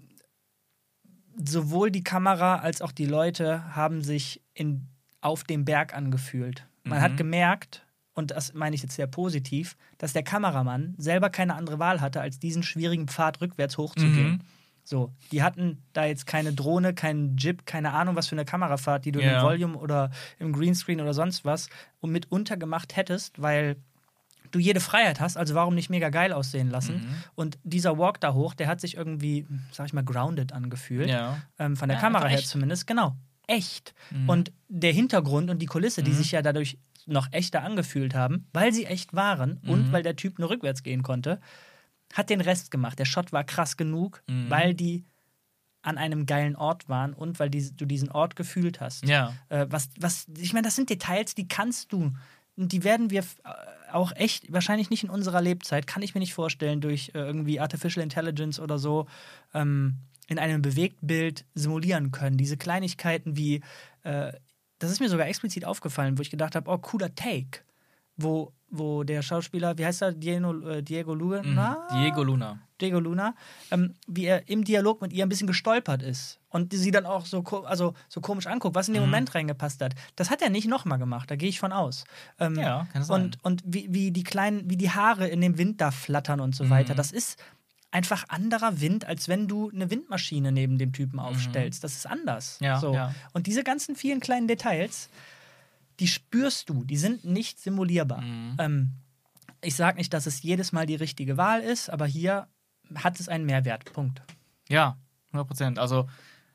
Sowohl die Kamera als auch die Leute haben sich in, auf dem Berg angefühlt. Man Mhm. hat gemerkt, und das meine ich jetzt sehr positiv, dass der Kameramann selber keine andere Wahl hatte, als diesen schwierigen Pfad rückwärts hochzugehen. Mhm. So, die hatten da jetzt keine Drohne, keinen Jeep, keine Ahnung, was für eine Kamerafahrt, die du Ja. im Volume oder im Greenscreen oder sonst was und mit untergemacht hättest, weil du jede Freiheit hast, also warum nicht mega geil aussehen lassen? Mhm. Und dieser Walk da hoch, der hat sich irgendwie, sag ich mal, grounded angefühlt. Ja. Ähm, von der Ja, Kamera einfach her echt. zumindest, genau. Echt. Mhm. Und der Hintergrund und die Kulisse, die Mhm. sich ja dadurch noch echter angefühlt haben, weil sie echt waren und Mhm. weil der Typ nur rückwärts gehen konnte, hat den Rest gemacht. Der Shot war krass genug, Mhm. weil die an einem geilen Ort waren und weil die, du diesen Ort gefühlt hast. Ja. Äh, was, was, ich meine, das sind Details, die kannst du. Und die werden wir f- äh, auch echt, wahrscheinlich nicht in unserer Lebzeit, kann ich mir nicht vorstellen, durch äh, irgendwie Artificial Intelligence oder so ähm, in einem Bewegtbild simulieren können. Diese Kleinigkeiten wie, äh, das ist mir sogar explizit aufgefallen, wo ich gedacht habe, oh, cooler Take. Wo, wo der Schauspieler, wie heißt er, Diego, äh, Diego Luna? Mhm. Diego Luna. Diego Luna, ähm, wie er im Dialog mit ihr ein bisschen gestolpert ist und sie dann auch so, ko- also, so komisch anguckt, was in den Mhm. Moment reingepasst hat. Das hat er nicht nochmal gemacht, da gehe ich von aus. Ähm, Ja, kann sein. Und, und wie, wie die kleinen, wie die Haare in dem Wind da flattern und so weiter, Mhm. das ist einfach anderer Wind, als wenn du eine Windmaschine neben dem Typen aufstellst. Das ist anders. Ja, so. ja. Und diese ganzen vielen kleinen Details, die spürst du, die sind nicht simulierbar. Mhm. Ähm, ich sage nicht, dass es jedes Mal die richtige Wahl ist, aber hier hat es einen Mehrwert. Punkt. Ja, hundert Prozent. Also,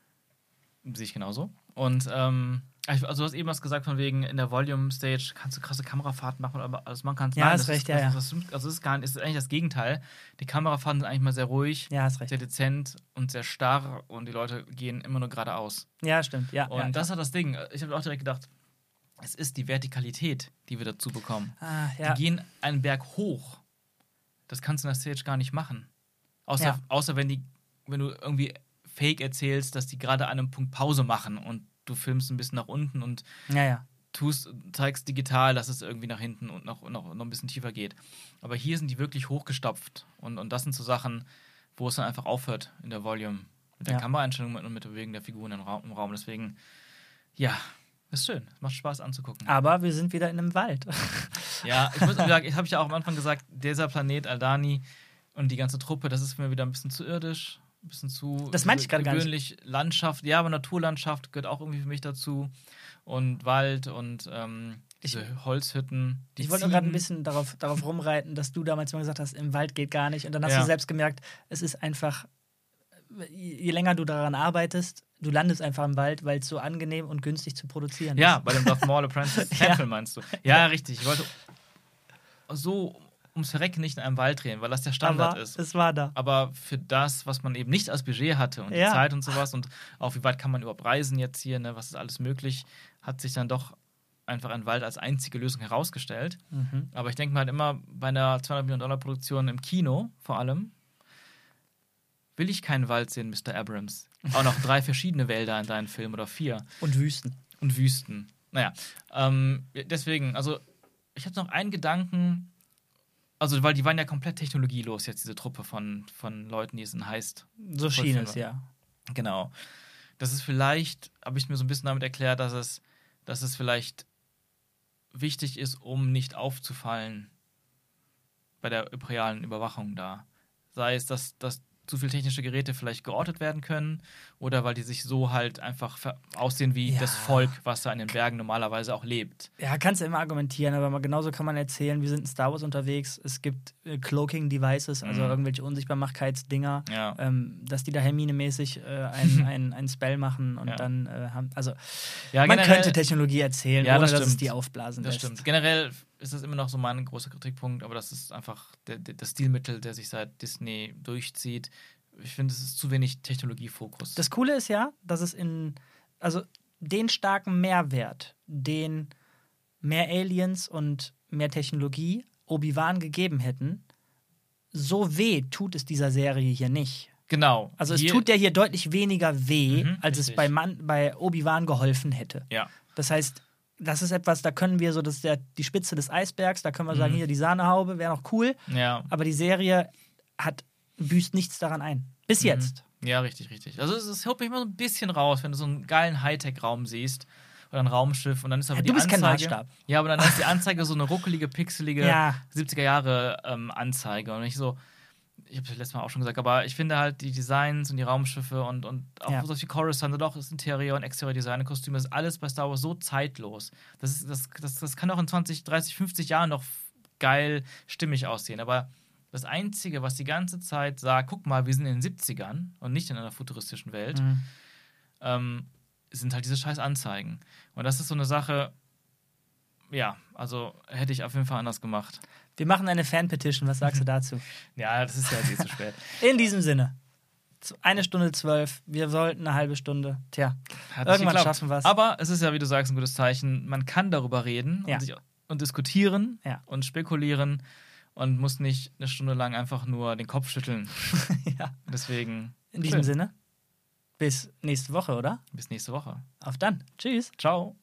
sehe ich genauso. Und, ähm, also du hast eben was gesagt von wegen, in der Volume-Stage kannst du krasse Kamerafahrten machen, aber alles machen kannst. Ja, Nein, hast das recht, ist, ja, das, ja. Das, stimmt- also, das ist gar nicht, das ist eigentlich das Gegenteil. Die Kamerafahrten sind eigentlich mal sehr ruhig, Ja, hast recht. sehr dezent und sehr starr und die Leute gehen immer nur geradeaus. Ja, stimmt. Ja, Und ja, das hat das Ding. Ich habe auch direkt gedacht, es ist die Vertikalität, die wir dazu bekommen. ah, ja. Die gehen einen Berg hoch. Das kannst du in der Stage gar nicht machen. Außer, Ja. außer wenn, die, wenn du irgendwie fake erzählst, dass die gerade an einem Punkt Pause machen und du filmst ein bisschen nach unten und ja, ja. tust, zeigst digital, dass es irgendwie nach hinten und noch, noch, noch ein bisschen tiefer geht. Aber hier sind die wirklich hochgestopft. Und, und das sind so Sachen, wo es dann einfach aufhört in der Volume. Mit der Ja. Kameraeinstellung und mit der Bewegung der Figuren im Raum. Im Raum. Deswegen, ja, ist schön. Es macht Spaß anzugucken. Aber wir sind wieder in einem Wald. Ja, ich muss sagen, ich habe ja auch am Anfang gesagt, dieser Planet Aldani und die ganze Truppe, das ist mir wieder ein bisschen zu irdisch, ein bisschen zu Das meinte ich gerade gar nicht. gewöhnlich. Landschaft, ja, aber Naturlandschaft gehört auch irgendwie für mich dazu und Wald und ähm, diese Holzhütten. Die Ich wollte gerade ein Ziegen. bisschen darauf, darauf rumreiten, dass du damals immer gesagt hast, im Wald geht gar nicht. Und dann hast Ja. du selbst gemerkt, es ist einfach, je länger du daran arbeitest, du landest einfach im Wald, weil es so angenehm und günstig zu produzieren Ja, ist. bei dem Darth Maul Apprentice Ja. Tempel meinst du. Ja, richtig. Ich wollte so ums Verrecken nicht in einem Wald drehen, weil das der Standard Aber ist. es war da. Aber für das, was man eben nicht als Budget hatte und Ja. die Zeit und sowas und auch wie weit kann man überhaupt reisen jetzt hier, ne, was ist alles möglich, hat sich dann doch einfach ein Wald als einzige Lösung herausgestellt. Mhm. Aber ich denke mal halt immer bei einer zweihundert Millionen Dollar Produktion im Kino vor allem, will ich keinen Wald sehen, Mister Abrams. Auch noch drei verschiedene Wälder in deinem Film oder vier. Und Wüsten. Und Wüsten. Naja, ähm, deswegen, also ich hatte noch einen Gedanken, also weil die waren ja komplett technologielos jetzt, diese Truppe von, von Leuten, die es in Heist. So schien es, ja. Genau. Das ist vielleicht, habe ich mir so ein bisschen damit erklärt, dass es, dass es vielleicht wichtig ist, um nicht aufzufallen bei der realen Überwachung da. Sei es, dass, dass zu viele technische Geräte vielleicht geortet werden können oder weil die sich so halt einfach aussehen wie ja. das Volk, was da in den Bergen normalerweise auch lebt. Ja, kannst du immer argumentieren, aber genauso kann man erzählen, wir sind in Star Wars unterwegs, es gibt äh, Cloaking-Devices, also mhm. irgendwelche Unsichtbarmachkeitsdinger, ja. ähm, dass die da Hermine-mäßig äh, ein, ein, ein Spell machen und ja. dann äh, haben, also ja, man generell, könnte Technologie erzählen, ja, ohne das dass es stimmt. die aufblasen Das lässt. stimmt. Generell ist das immer noch so mein großer Kritikpunkt, aber das ist einfach der, der, das Stilmittel, der sich seit Disney durchzieht. Ich finde, es ist zu wenig Technologiefokus. Das Coole ist ja, dass es in, also den starken Mehrwert, den mehr Aliens und mehr Technologie Obi-Wan gegeben hätten, so weh tut es dieser Serie hier nicht. Genau. Also es hier tut der hier deutlich weniger weh, mhm, als richtig. es bei, Man- bei Obi-Wan geholfen hätte. Ja. Das heißt, das ist etwas, da können wir so, das ist der, die Spitze des Eisbergs, da können wir Mhm. sagen, hier die Sahnehaube wäre noch cool, Ja. aber die Serie hat büßt nichts daran ein. Bis Mhm. jetzt. Ja, richtig, richtig. Also es, es holt mich immer so ein bisschen raus, wenn du so einen geilen Hightech-Raum siehst oder ein Raumschiff und dann ist aber Ja, die du bist kein Anzeige... Maßstab. Ja, aber dann ist die Anzeige so eine ruckelige, pixelige Ja. siebziger Jahre ähm, Anzeige und ich so... Ich habe das letztes Mal auch schon gesagt, aber ich finde halt die Designs und die Raumschiffe und, und auch Ja. so wie Coruscant und auch das Interieur und Exterieur Design, Kostüme, ist alles bei Star Wars so zeitlos. Das, ist, das, das, das kann auch in zwanzig, dreißig, fünfzig Jahren noch geil stimmig aussehen. Aber das Einzige, was die ganze Zeit sagt, guck mal, wir sind in den siebzigern und nicht in einer futuristischen Welt, Mhm. ähm, sind halt diese scheiß Anzeigen. Und das ist so eine Sache, ja, also hätte ich auf jeden Fall anders gemacht. Wir machen eine Fan-Petition, was sagst du dazu? Ja, das ist ja jetzt eh zu spät. In diesem Sinne. Z- Eine Stunde zwölf, wir sollten eine halbe Stunde. Tja, Hat nicht irgendwann geklappt. schaffen wir es. Aber es ist ja, wie du sagst, ein gutes Zeichen. Man kann darüber reden Ja. und, sich, und diskutieren Ja. und spekulieren und muss nicht eine Stunde lang einfach nur den Kopf schütteln. Ja. Deswegen, In diesem schön. Sinne, bis nächste Woche, oder? Bis nächste Woche. Auf dann. Tschüss. Ciao.